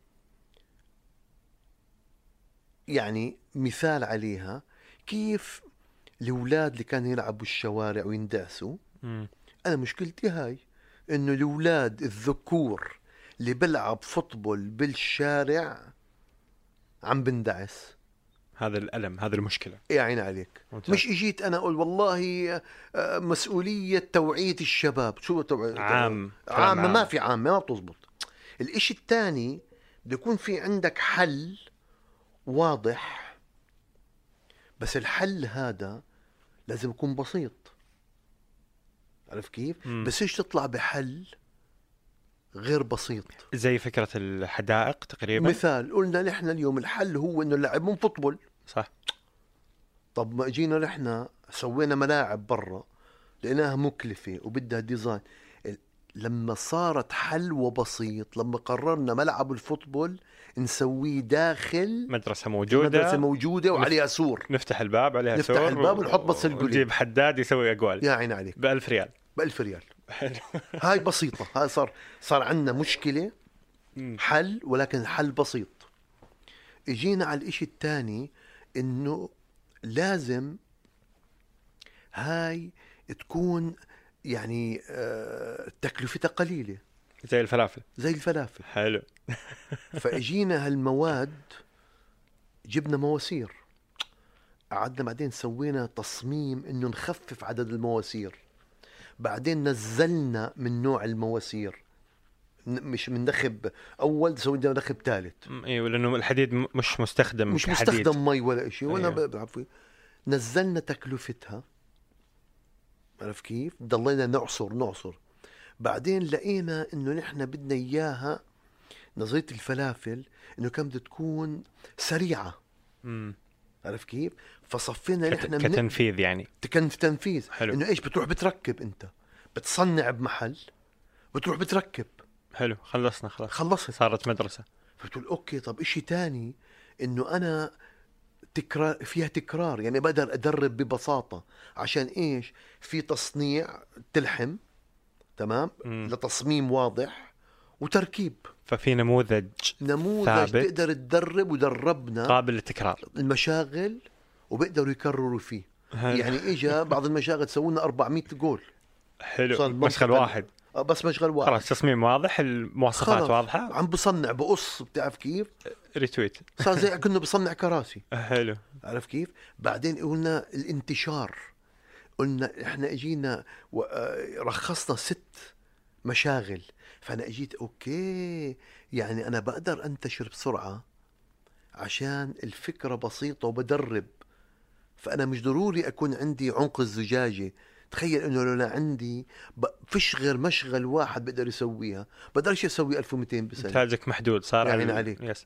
يعني مثال عليها، كيف الأولاد اللي كانوا يلعبوا الشوارع ويندعسوا، أنا مشكلتي هاي إنه الأولاد الذكور اللي بلعب فوتبول بالشارع عم بندعس. هذا الألم، هذا المشكلة. يا عين عليك. ممتاز. مش اجيت انا اقول والله مسؤولية توعية الشباب. شو توعية؟ عام ما في عام، ما بتزبط. الاشي الثاني بده يكون في عندك حل واضح، بس الحل هذا لازم يكون بسيط. عرف كيف؟ بس ايش تطلع بحل غير بسيط، زي فكرة الحدائق تقريبا. مثال قلنا نحن اليوم الحل هو انه نلعبهم فوتبول، صح. طب ما اجينا نحن سوينا ملاعب برا لقيناها مكلفة وبدها ديزاين. لما صارت حل وبسيط، لما قررنا ملعب الفوتبول نسويه داخل مدرسة موجودة وعليها سور، نفتح الباب عليها نفتح سور، الباب ونحط بس القليل، ونجيب حداد يسوي أقوال. يا عين عليك. ب1000 ريال. ب1000 ريال. هاي بسيطة. هاي صار عندنا مشكلة حل، ولكن الحل بسيط. اجينا على الاشي الثاني، انه لازم هاي تكون يعني تكلفتها قليلة زي الفلافل. حلو. فاجينا هالمواد، جبنا مواسير، قعدنا بعدين سوينا تصميم انه نخفف عدد المواسير، بعدين نزلنا من نوع المواسير، مش من نخب اول، سوينا نخب ثالث. ايوه، لانه الحديد مش مستخدم مي ولا شيء. وانا بعرف نزلنا تكلفتها. عرف كيف؟ ضلينا نعصر. بعدين لقينا انه نحن بدنا اياها نظرية الفلافل انه كم بدها تكون سريعة. عرف كيف؟ فصفينا نحن كتنفيذ يعني. تنفيذ. حلو. انه ايش بتروح بتركب، انت بتصنع بمحل بتروح بتركب. حلو. خلصنا خلاص. خلصت. صارت مدرسة. فبتقول اوكي. طب اشي تاني، انه انا فيها تكرار، يعني بقدر ادرب ببساطة. عشان ايش؟ في تصنيع تلحم، تمام، لتصميم واضح وتركيب. ففي نموذج ثابت تقدر تدرب، ودربنا قابل للتكرار المشاغل وبيقدروا يكرروا فيه. يعني اجا بعض المشاغل تسوونا 400 جول. حلو. مشغل واحد بس مشغل واحد. خلاص تصميم واضح، المواصفات خلاص. واضحة، عم بصنع بقص، بتعرف كيف ريتويت. صار زي كأنه بصنع كراسي. حلو. عرف كيف. بعدين قلنا الانتشار، قلنا احنا اجينا رخصنا 6 مشاغل. فانا اجيت اوكي، يعني انا بقدر انتشر بسرعة عشان الفكرة بسيطة وبدرب. فانا مش ضروري اكون عندي عنق الزجاجة. تخيل انه لو لا عندي فيش غير مشغل واحد بقدر يسويها، بقدرش اسوي 1200 بسنة. انتاجك محدود صار يعني عليك. يس.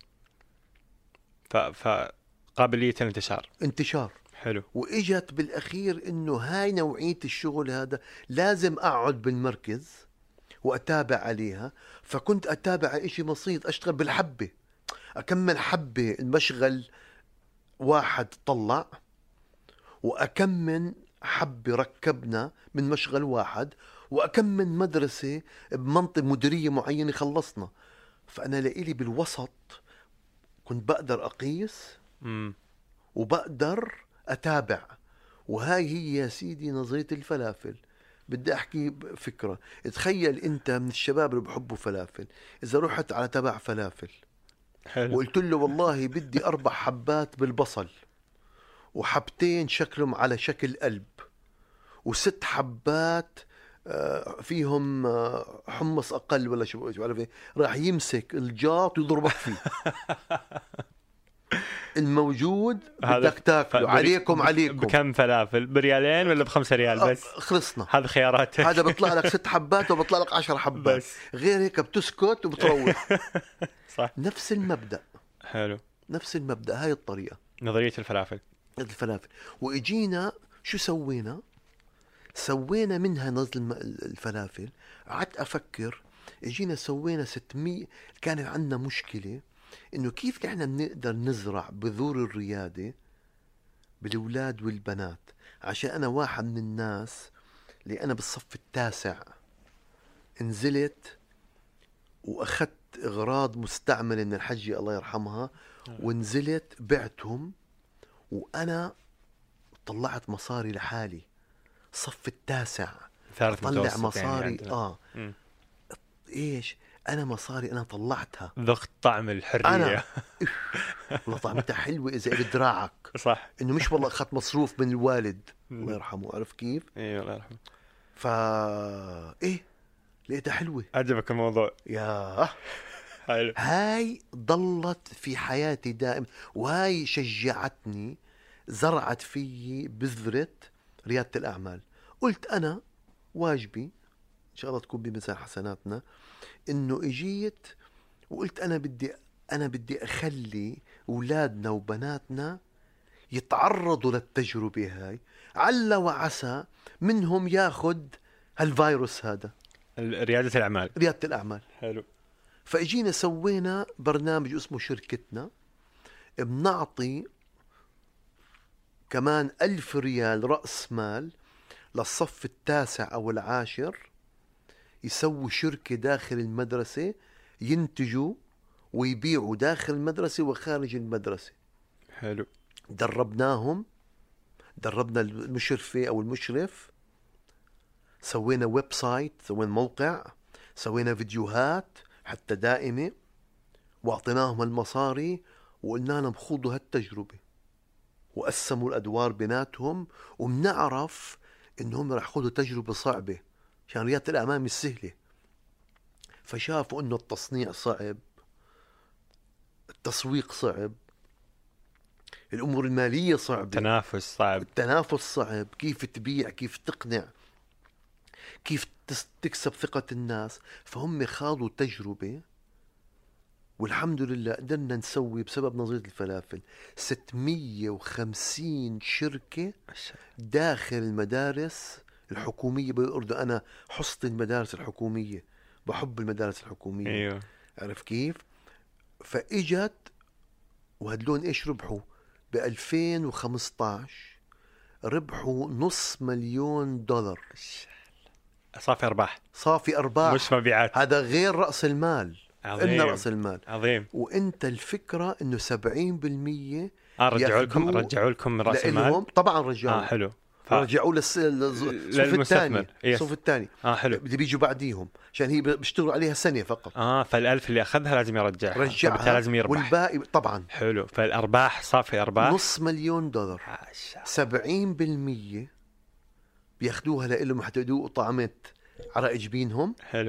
فقابلية الانتشار. انتشار. حلو. واجت بالاخير انه هاي نوعية الشغل هذا لازم اقعد بالمركز واتابع عليها. فكنت اتابع على اشي بسيط، اشتغل بالحبة، اكمل حبة المشغل واحد طلع، واكمل حبة ركبنا من مشغل واحد، واكمل مدرسة بمنطقة مديرية معينة خلصنا. فانا لإلي بالوسط كنت بقدر اقيس وبقدر اتابع. وهاي هي يا سيدي نظرية الفلافل. بدي احكي فكرة. تخيل انت من الشباب اللي بحبوا فلافل، اذا رحت على تبع فلافل حلو. وقلت له والله بدي 4 حبات بالبصل، وحبتين شكلهم على شكل قلب، و6 حبات فيهم حمص اقل ولا شو بعرف ايه، راح يمسك الجاط ويضربك فيه. الموجود بدك تاكله. عليكم بكم فلافل؟ بريالين ولا ب5 ريال بس؟ خلصنا. هذا خيارات. هذا بيطلع لك 6 حبات وبيطلع لك 10 حبات بس. غير هيك بتسكت وبتروح. صح. نفس المبدأ. حلو. نفس المبدأ، هاي الطريقة، نظرية الفلافل. الفلافل. واجينا شو سوينا منها نزل الفلافل. قعدت افكر، اجينا سوينا 600. كان عندنا مشكلة انه كيف نحن بنقدر نزرع بذور الريادة بالأولاد والبنات. عشان انا واحد من الناس اللي انا بالصف التاسع نزلت واخذت اغراض مستعملة من الحجة الله يرحمها، ونزلت بعتهم، وانا طلعت مصاري لحالي. صف التاسع طلع مصاري يعني ايش انا مصاري انا طلعتها. ذقت طعم الحرية. انا والله طعمتها حلوة اذا بدراعك. صح. انه مش والله اخذت مصروف من الوالد الله يرحمه. عرف كيف. ايوه الله يرحمه. ايه لقيتها حلوة. عجبك الموضوع. يا حلو. هاي ضلت في حياتي دائم، وهاي شجعتني، زرعت في بذرة ريادة الأعمال. قلت أنا واجبي إن شاء الله تكون بميزان حسناتنا إنه إجيت وقلت أنا بدي أخلي أولادنا وبناتنا يتعرضوا للتجربة هاي، عل وعسى منهم ياخد هالفيروس هذا، ريادة الأعمال. ريادة الأعمال. حلو. فإجينا سوينا برنامج اسمه شركتنا، بنعطي كمان 1000 ريال رأس مال للصف التاسع أو العاشر يسووا شركة داخل المدرسة، ينتجوا ويبيعوا داخل المدرسة وخارج المدرسة. حلو. دربنا المشرفة أو المشرف، سوينا ويب سايت، سوينا موقع، سوينا فيديوهات حتى دائمة، واعطيناهم المصاري وقلنا لهم خوضوا هالتجربة، وقسموا الأدوار بيناتهم. ومنعرف إنهم رح يخوضوا تجربة صعبة عشان ريادة الأعمال مش سهلة. فشافوا إنه التصنيع صعب، التسويق صعب، الأمور المالية صعبة، التنافس صعب، كيف تبيع، كيف تقنع، كيف تكسب ثقة الناس. فهم خاضوا تجربة، والحمد لله قدرنا نسوي بسبب نظرية الفلافل 650 شركة داخل المدارس الحكومية بالأردن. أنا حصت المدارس الحكومية، بحب المدارس الحكومية. أيوه. عرف كيف. فإجت وهدلون إيش ربحوا ب2015 ربحوا $500,000 صافي أرباح مش مبيعات. هذا غير رأس المال. عظيم. رأس المال عظيم. وانت الفكرة انه 70% رجعوا لكم من رأس المال. طبعا رجعوا. حلو. رجعوا للصف الثاني. الصف الثاني حلو. اللي بيجوا بعديهم عشان هي بيشتغلوا عليها سنة فقط. فال1000 اللي أخذها لازم يرجعها، لازم يربح. والباقي طبعا حلو. فالأرباح صافي أرباح $500,000. 70% بياخدوها لإلهم حتى يدوقوا طعمة عرق جبينهم. حلو.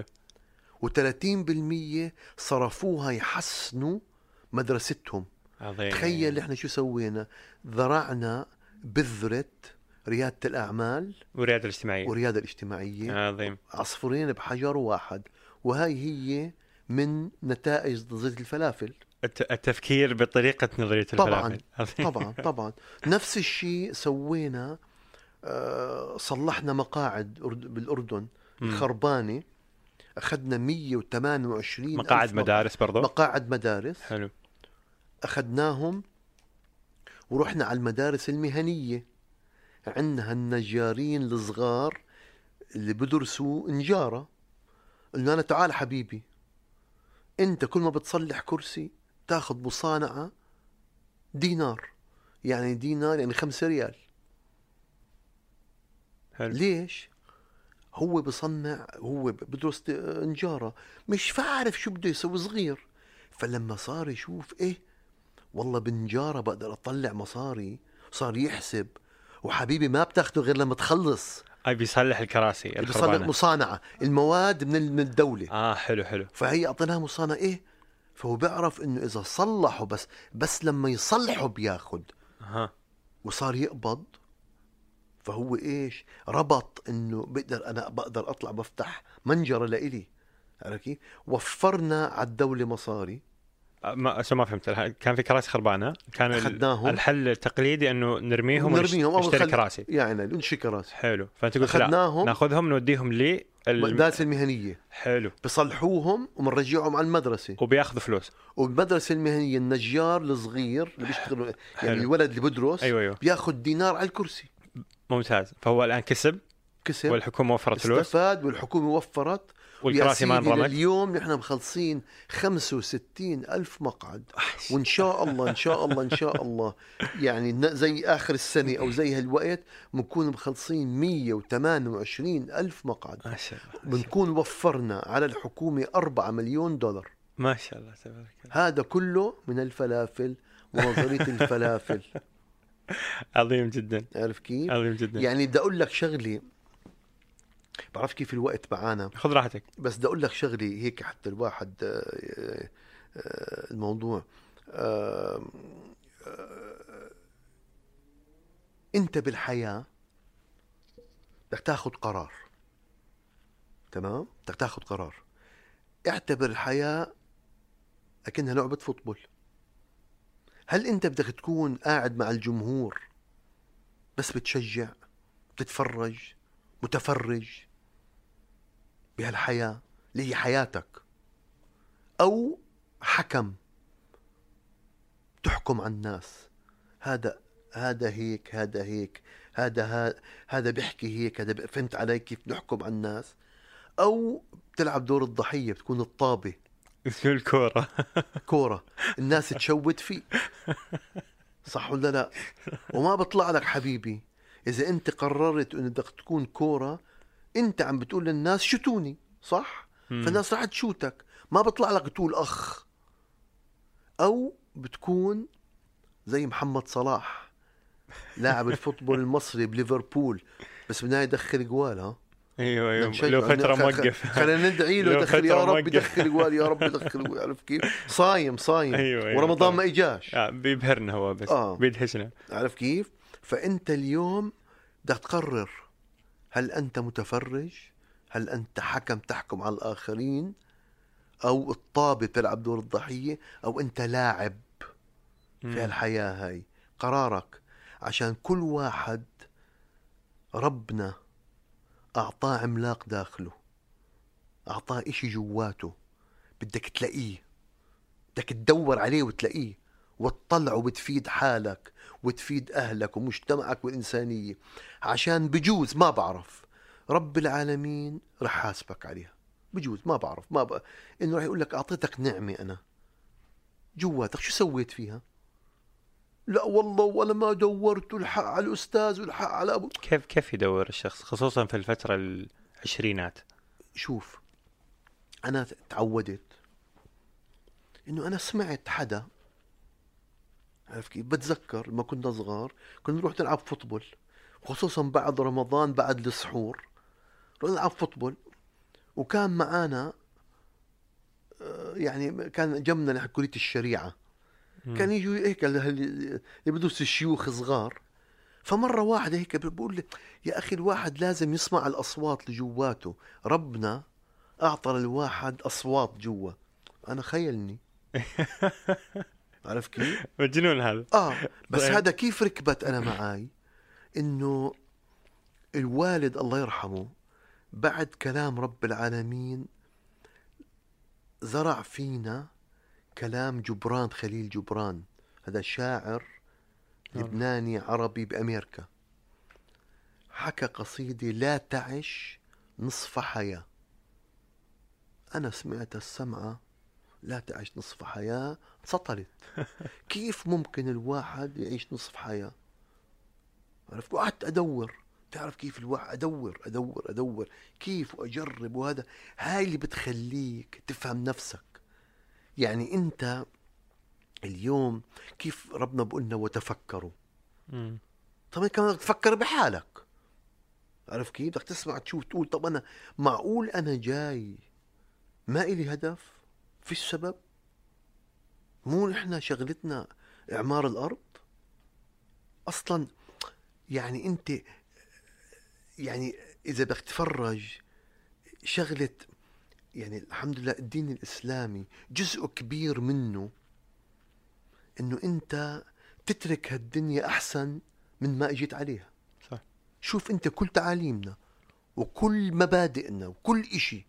و30% صرفوها يحسنوا مدرستهم. عظيم. تخيل احنا شو سوينا، ذرعنا بذرة ريادة الأعمال والريادة الاجتماعية. عظيم. عصفورين بحجر واحد. وهي هي من نتائج نظرية الفلافل. التفكير بطريقة نظرية الفلافل. طبعا نفس الشيء سوينا. صلحنا مقاعد بالأردن الخربانة، أخذنا 128 مقاعد مدارس برضو. مقاعد مدارس. حلو. أخذناهم ورحنا على المدارس المهنية. عندنا النجارين الصغار اللي بدرسوا نجارة. قلنا أنا تعال حبيبي، أنت كل ما بتصلح كرسي تاخذ مصانعة دينار. يعني دينار يعني 5 ريال. حلو. ليش؟ هو بصنع، هو بدرس نجارة، مش فاعرف شو بده يسوي، صغير. فلما صار يشوف والله بالنجارة بقدر أطلع مصاري، صار يحسب. وحبيبي ما بتاخده غير لما تخلص. بيصلح الكراسي بيصلح مصانعة المواد من الدولة. حلو. فهي أعطيناها مصانعة. فهو بيعرف إنه إذا صلحوا بس لما يصلحوا بياخد. وصار يقبض. فهو ربط إنه أنا بقدر أطلع بفتح منجرة لإلي. عرفت؟ وفرنا على الدولة مصاري. ما فهمت. كان في كراسي خربانة، كان الحل التقليدي انه نرميهم ونشتري كراسي. يعني نشتري كراسي. حلو. فانت قلت لا، ناخذهم نوديهم المدارس المهنية. حلو. بصلحوهم ومنرجعهم على المدرسة وبياخذوا فلوس. والمدرسة المهنية النجار الصغير اللي بيشتغل يعني الولد اللي بدرس أيوة. بياخذ دينار على الكرسي. ممتاز. فهو الآن كسب والحكومة وفرت فلوس. استفاد والحكومة وفرت. والكراسي ما انرمت. اليوم نحن مخلصين 65,000 مقعد. وإن شاء الله يعني زي آخر السنة أو زي هالوقت بنكون مخلصين 128,000 مقعد. ما شاء الله. بنكون وفرنا على الحكومة $4 مليون. ما شاء الله تبارك الله. هذا كله من الفلافل ونظرية الفلافل. عظيم جدا. عارف كيف؟ عظيم جدا. يعني بدي أقول لك شغلي، بعرف كيف الوقت معانا، خذ راحتك، بس بدي أقول لك شغلي هيك حتى الواحد الموضوع أنت بالحياة بدك تاخذ قرار. تمام؟ بدك تاخذ قرار. اعتبر الحياة أكنها لعبة فوتبول. هل أنت بدك تكون قاعد مع الجمهور بس بتشجع، بتتفرج، متفرج بهالحياة اللي هي حياتك، أو حكم تحكم على الناس؟ هذا هيك، هذا هيك، هذا بيحكي هيك، هذا فهمت علي كيف نحكم على الناس؟ أو بتلعب دور الضحية، بتكون الطابة الكورة كورة الناس تشوت فيه، صح ولا لا؟ وما بطلع لك حبيبي إذا أنت قررت أنه بدك تكون كورة، أنت عم بتقول للناس شوتوني، صح؟ فالناس راح تشوتك، ما بطلع لك تقول أخ. أو بتكون زي محمد صلاح لاعب الفوتبول المصري بليفربول، بس بالنهاية يدخل جوال. ها ايوه لو فتره موقف خلينا ندعي له يدخل، يا رب يدخل جوال، يا رب يدخل جوال. عارف كيف؟ صايم أيوة ورمضان ما اجاش، بيبهرنا هو بس بيدهشنا. عارف كيف؟ فانت اليوم بدك تقرر، هل انت متفرج؟ هل انت حكم تحكم على الاخرين؟ او الطابة تلعب دور الضحية؟ او انت لاعب في هالحياة؟ هاي قرارك، عشان كل واحد ربنا أعطاه عملاق داخله، أعطاه إشي جواته، بدك تلاقيه، بدك تدور عليه وتلاقيه وتطلعه، وتفيد حالك وتفيد أهلك ومجتمعك والإنسانية. عشان بجوز ما بعرف رب العالمين رح حاسبك عليها، بجوز ما بعرف إنه رح يقول لك أعطيتك نعمة أنا جواتك، شو سويت فيها؟ لا والله ولا ما دورت، الحق على الأستاذ والحق على أبو. كيف يدور الشخص خصوصا في الفترة العشرينات؟ شوف أنا تعودت إنه أنا سمعت حدا، عارف كيف؟ بتذكر لما كنا صغار كنا نروح نلعب فوتبول، خصوصا بعد رمضان بعد السحور نروح نلعب فوتبول، وكان معانا يعني كان جنبنا نحن كلية الشريعة، كان يجوا هيك اللي بدوس الشيوخ صغار. فمرة واحدة هيك بقول لي يا أخي الواحد لازم يسمع الأصوات اللي جواته، ربنا أعطى للواحد أصوات جوا. أنا خيلني عارف كيف؟ مجنون هذا. بس هذا كيف ركبت أنا معاي إنه الوالد الله يرحمه بعد كلام رب العالمين زرع فينا كلام جبران خليل جبران، هذا شاعر لبناني عربي بأمريكا، حكى قصيدة لا تعش نصف حياة. أنا سمعت السمعة لا تعيش نصف حياة سطلت. كيف ممكن الواحد يعيش نصف حياة؟ عرفت؟ وقعدت أدور، تعرف كيف الواحد أدور كيف وأجرب، وهذا هاي اللي بتخليك تفهم نفسك. يعني أنت اليوم كيف ربنا بقولنا وتفكروا، طبعا كمان تفكر بحالك، عرف كيف؟ بدك تسمع تشوف تقول طب أنا معقول أنا جاي ما إلي هدف؟ فيش سبب؟ مو إحنا شغلتنا إعمار الأرض أصلا؟ يعني أنت يعني إذا بدك تفرج شغلة، يعني الحمد لله الدين الإسلامي جزء كبير منه إنه أنت تترك هالدنيا أحسن من ما إجيت عليها. صح. شوف أنت كل تعاليمنا وكل مبادئنا وكل إشي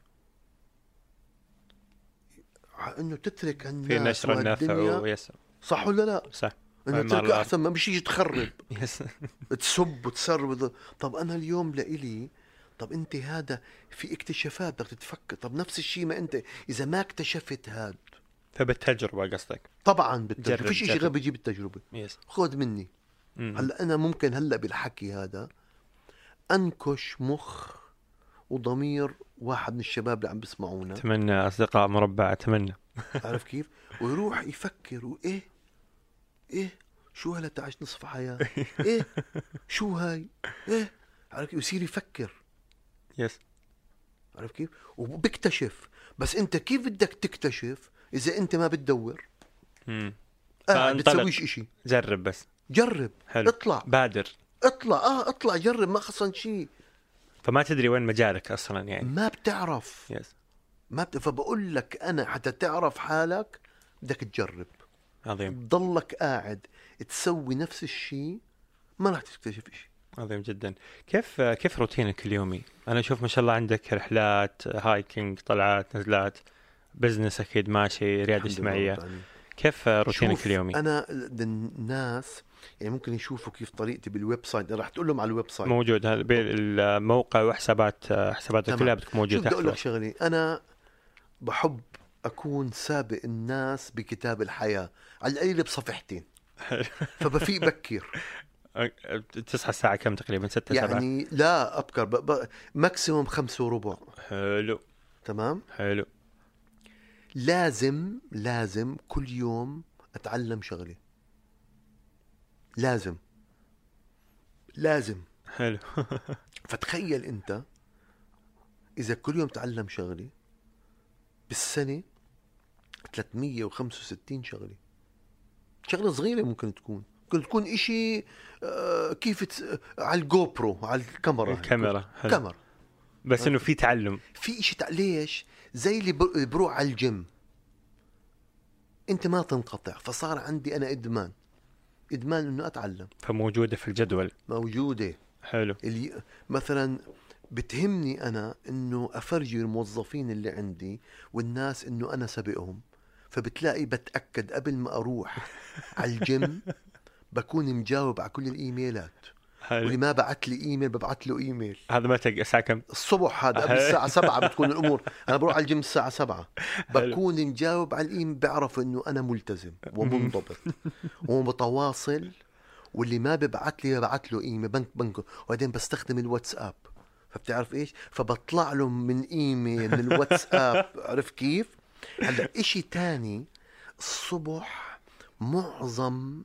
إنه تترك الناس في نشر النفع ويسر. صح ولا لا؟ صح. إنه تترك أحسن ما بيجي تخرب تسب وتسرب. طب أنا اليوم لإلي، طب أنت هذا في اكتشافات بدك تتفكر. طب نفس الشيء ما أنت إذا ما اكتشفت هذا فبالتجربة قصدك؟ طبعا بالتجربة، فيش شيء غير بيجي بالتجربة. خذ مني هلا أنا ممكن هلا بالحكي هذا أنكش مخ وضمير واحد من الشباب اللي عم بيسمعونا، أتمنى أصدقاء مربع، أتمنى عارف كيف؟ ويروح يفكر وإيه شو هلا تعيش نصف حياة شو هاي عارف كيف؟ ويصير يفكر عارف كيف؟ وبكتشف. بس أنت كيف بدك تكتشف إذا أنت ما بتدور؟ بتسويش إشي. جرب بس. جرب. حلو. اطلع بادر. اطلع جرب، ما خسران شيء. فما تدري وين مجالك أصلا، يعني ما بتعرف. فبقول لك أنا حتى تعرف حالك بدك تجرب. عظيم. تضلك قاعد تسوي نفس الشيء ما راح تكتشف شيء. عظيم جدا. كيف روتينك اليومي؟ أنا أشوف ما شاء الله عندك رحلات، هايكينج، طلعات، نزلات، بزنس أكيد ماشي، رياضة اجتماعية. كيف روتينك اليومي؟ أنا الناس يعني ممكن يشوفوا كيف طريقتي بالويب سايت، راح تقول لهم على الويب سايت موجود بالموقع، وحساباتك كلها بدك موجود تحت. أقول لك شغلي، أنا بحب أكون سابق الناس بكتاب الحياة على القليل بصفحتين. فبفيق بكير. تصحى الساعة كم تقريبا؟ 6-7 يعني لا أبكر ماكسيموم 5:15. حلو. تمام. حلو. لازم كل يوم أتعلم شغلة. لازم. حلو. فتخيل أنت إذا كل يوم تعلم شغلة بالسنة 365 شغلة صغيرة ممكن تكون إشي كيف على الجو برو، على الكاميرا. كاميرا. بس إنه في تعلم، في إشي ليش؟ زي اللي بروح على الجيم، أنت ما تنقطع. فصار عندي أنا إدمان إنه أتعلم. فموجودة في الجدول. موجودة. حلو. اللي مثلا بتهمني أنا إنه أفرجي الموظفين اللي عندي والناس إنه أنا سبقهم. فبتلاقي بتأكد قبل ما أروح على الجيم بكون مجاوب على كل الإيميلات، واللي ما بعت لي ايميل ببعت له ايميل. هذا متى الساعة كم؟ الصبح، هذا قبل الساعة 7 بتكون الأمور. أنا بروح على الجيم الساعة 7 بكون مجاوب على الإيميل، بعرف إنه أنا ملتزم ومنضبط ومتواصل. واللي ما ببعت لي ببعت له إيميل بنك وبعدين بستخدم الواتساب. فبتعرف إيش؟ فبطلع له من إيميل من الواتساب. عرف كيف؟ هلا إشي تاني، الصبح معظم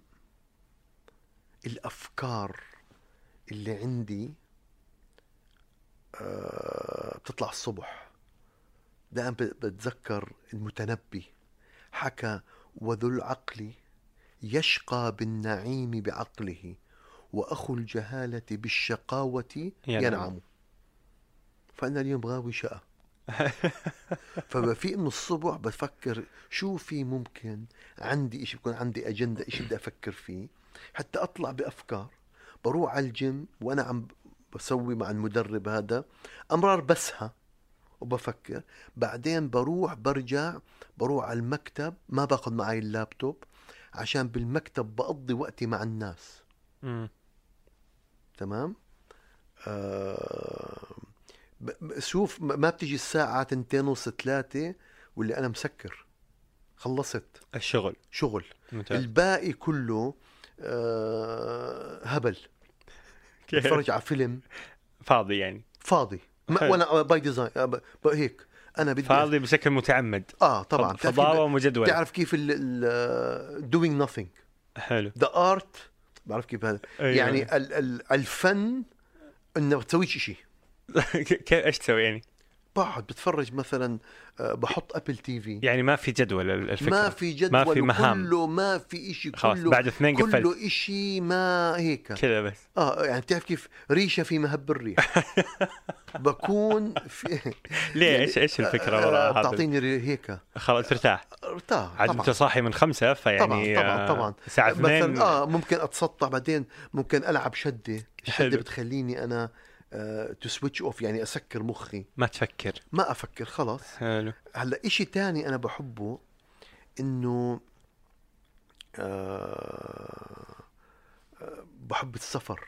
الأفكار اللي عندي بتطلع الصبح. دائما بتذكر المتنبي حكى: وذو العقل يشقى بالنعيم بعقله، وأخو الجهالة بالشقاوة ينعم. فأنا اليوم غاوي شقة. فبفيق من الصبح بفكر شو في ممكن عندي، إشي بكون عندي أجندة، إشي بدي أفكر فيه حتى أطلع بأفكار. بروح على الجيم وأنا عم بسوي مع المدرب هذا أمرار بسها وبفكر. بعدين برجع بروح على المكتب، ما باخذ معي اللابتوب عشان بالمكتب بقضي وقتي مع الناس. تمام. شوف ما بتيجي الساعة 2:30 واللي أنا مسكر خلصت شغل. الباقي كله هبل. بتفرج على فيلم فاضي يعني فاضي. وانا باي ديزاين هيك انا بدي فاضي بشكل متعمد. طبعا فضاوة ومجدول. تعرف كيف doing nothing. حلو. the art. بعرف كيف هذا. أيوة. يعني الفن انه تسوي شيء. كيف ايش تسوي يعني؟ بقعد بتفرج مثلا، بحط ابل تي في. يعني ما في جدول الفكرة، ما في جدول، ما في مهام، كله ما في إشي، كله بعد 2 قفلت كله إشي ما هيك كذا بس. يعني بتعرف كيف ريشة في مهب الريح. بكون في ليه يعني ايش الفكرة وراء هذا؟ تعطيني هيك خلاص ترتاح. عاد انت صاحي من 5 فيعني طبعا الساعة 2 مثلا ممكن اتسطح، بعدين ممكن العب شدة بتخليني انا تو سويتش اوف، يعني اسكر مخي، ما تفكر، ما افكر خلاص. حلو. هلا اشي تاني انا بحبه انه بحب السفر.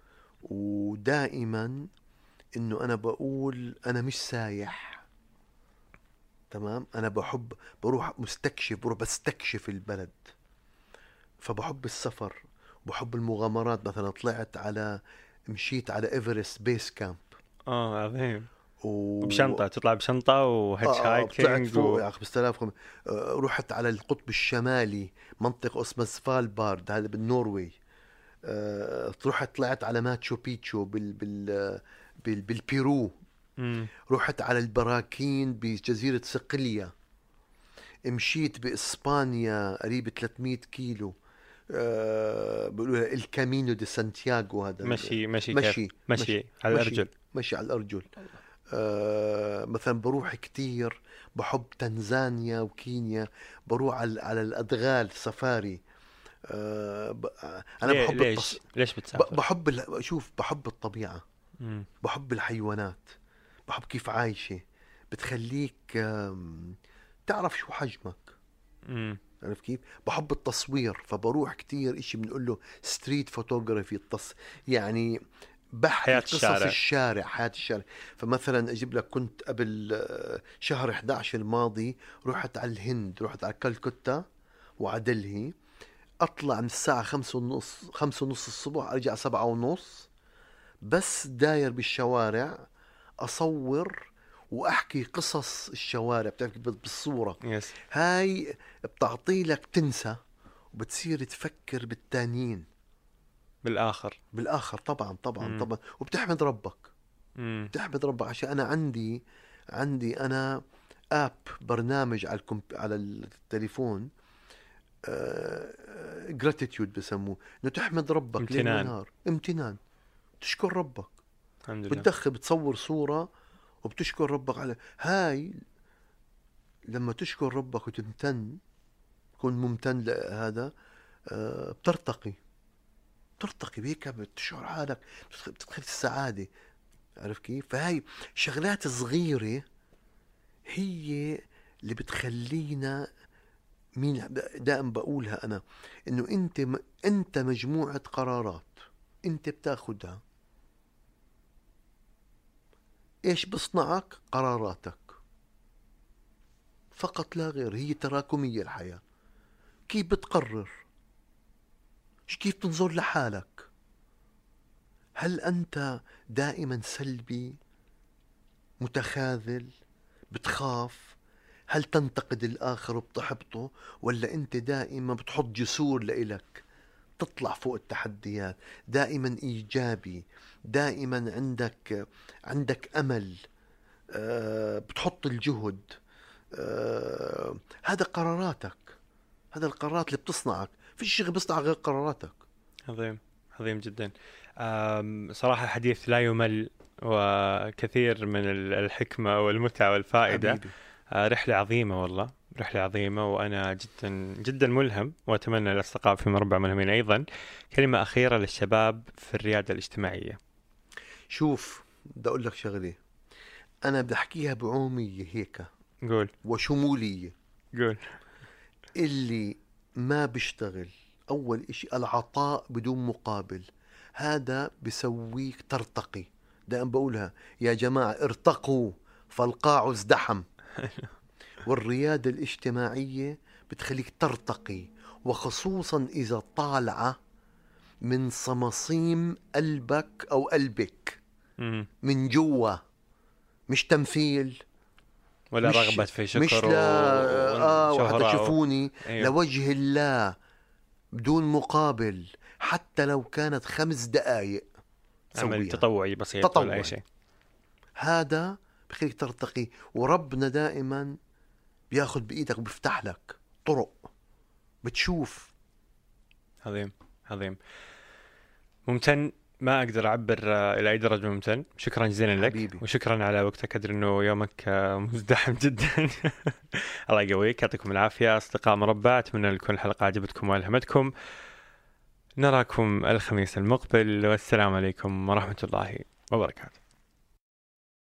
ودائما انه انا بقول انا مش سايح. تمام. انا بروح بستكشف البلد. فبحب السفر، بحب المغامرات. مثلا مشيت على ايفرست بيس كامب. عظيم. وبشنطة، تطلع بشنطة وهيتش هايكينج طلعت فوق يا أخي 5000. رحت على القطب الشمالي، منطقة اسمها سفالبارد، هذا بالنرويج. طلعت على ماتشو بيتشو بالبيرو. رحت على البراكين بجزيرة صقلية. مشيت بإسبانيا قريب 300 كيلو. بيقولوا الكامينو دي سانتياغو. هذا مشي على الأرجل. مشي على الأرجل. مثلا بروح كتير، بحب تنزانيا وكينيا. بروح على الأدغال سفاري. أنا بحب ليش بتسافر؟ بحب الطبيعة. بحب الحيوانات، بحب كيف عايشة. بتخليك تعرف شو حجمك. عارف كيف؟ بحب التصوير، فبروح كتير إشي بنقول له ستريت فوتوغرافي. يعني بحكي قصص الشارع، حياة الشارع. فمثلا أجيب لك، كنت قبل شهر 11 الماضي رحت على الهند، رحت على كالكتا وعلى دلهي. أطلع من الساعة 5:30 الصبح، أرجع 7:30، بس داير بالشوارع أصور وأحكي قصص الشوارع. بتعرف بالصورة. هاي بتعطي لك تنسى وبتصير تفكر بالتانيين بالآخر. طبعا. وبتحمد ربك. بتحمد ربك عشان أنا عندي أنا برنامج على التليفون، gratitude بسموه، إنه تحمد ربك ليل ونهار. امتنان. تشكر ربك. بتصور صورة وبتشكر ربك على هاي. لما تشكر ربك وتمتن، تكون ممتن لهذا، بترتقي بيك، بتشعر حالك، بتدخل السعادة. عارف كيف؟ فهاي شغلات صغيرة هي اللي بتخلينا دائما بقولها أنا، إنه أنت مجموعة قرارات. انت بتاخدها. ايش بصنعك؟ قراراتك فقط لا غير. هي تراكمية الحياة. كيف بتقرر؟ كيف تنظر لحالك؟ هل أنت دائما سلبي متخاذل بتخاف؟ هل تنتقد الآخر وبتحبطه؟ ولا أنت دائما بتحط جسور لإلك تطلع فوق التحديات؟ دائما إيجابي، دائما عندك أمل، بتحط الجهد. هذا قراراتك، هذا القرارات اللي بتصنعك. في شيء بيصنع غير قراراتك. عظيم، عظيم جدا. صراحة الحديث لا يمل، وكثير من الحكمة والمتعة والفائدة. رحلة عظيمة والله، رحلة عظيمة، وأنا جدا جدا ملهم، وأتمنى الأصدقاء في مربع ملهمين أيضا. كلمة أخيرة للشباب في الريادة الاجتماعية. شوف، بدي أقول لك شغلة أنا بدي أحكيها بعومية هيك. قول. وشمولية. قول. اللي ما بيشتغل، أول إشي العطاء بدون مقابل، هذا بسويك ترتقي. دائما بقولها يا جماعة، ارتقوا فالقاع ازدحم. والريادة الاجتماعية بتخليك ترتقي، وخصوصا إذا طالعة من صمصيم قلبك أو قلبك من جوا، مش تمثيل ولا رغبة في شكر، مش وحتى تشوفوني. أيوه. لوجه الله بدون مقابل، حتى لو كانت 5 دقائق عمل تطوعي بسيط ولا أي شيء. هذا بخليك ترتقي، وربنا دائما بياخد بإيدك وبيفتح لك طرق بتشوف. عظيم، عظيم، ممتن. ما أقدر أعبر إلى أي درجة ممتن. شكرا جزيلا لك حبيبي. وشكرا على وقتك. أدري أنه يومك مزدحم جدا. الله يقويك، يعطيكم العافية أصدقاء مربع. أتمنى لكم الحلقة عجبتكم وألهمتكم. نراكم الخميس المقبل، والسلام عليكم ورحمة الله وبركاته.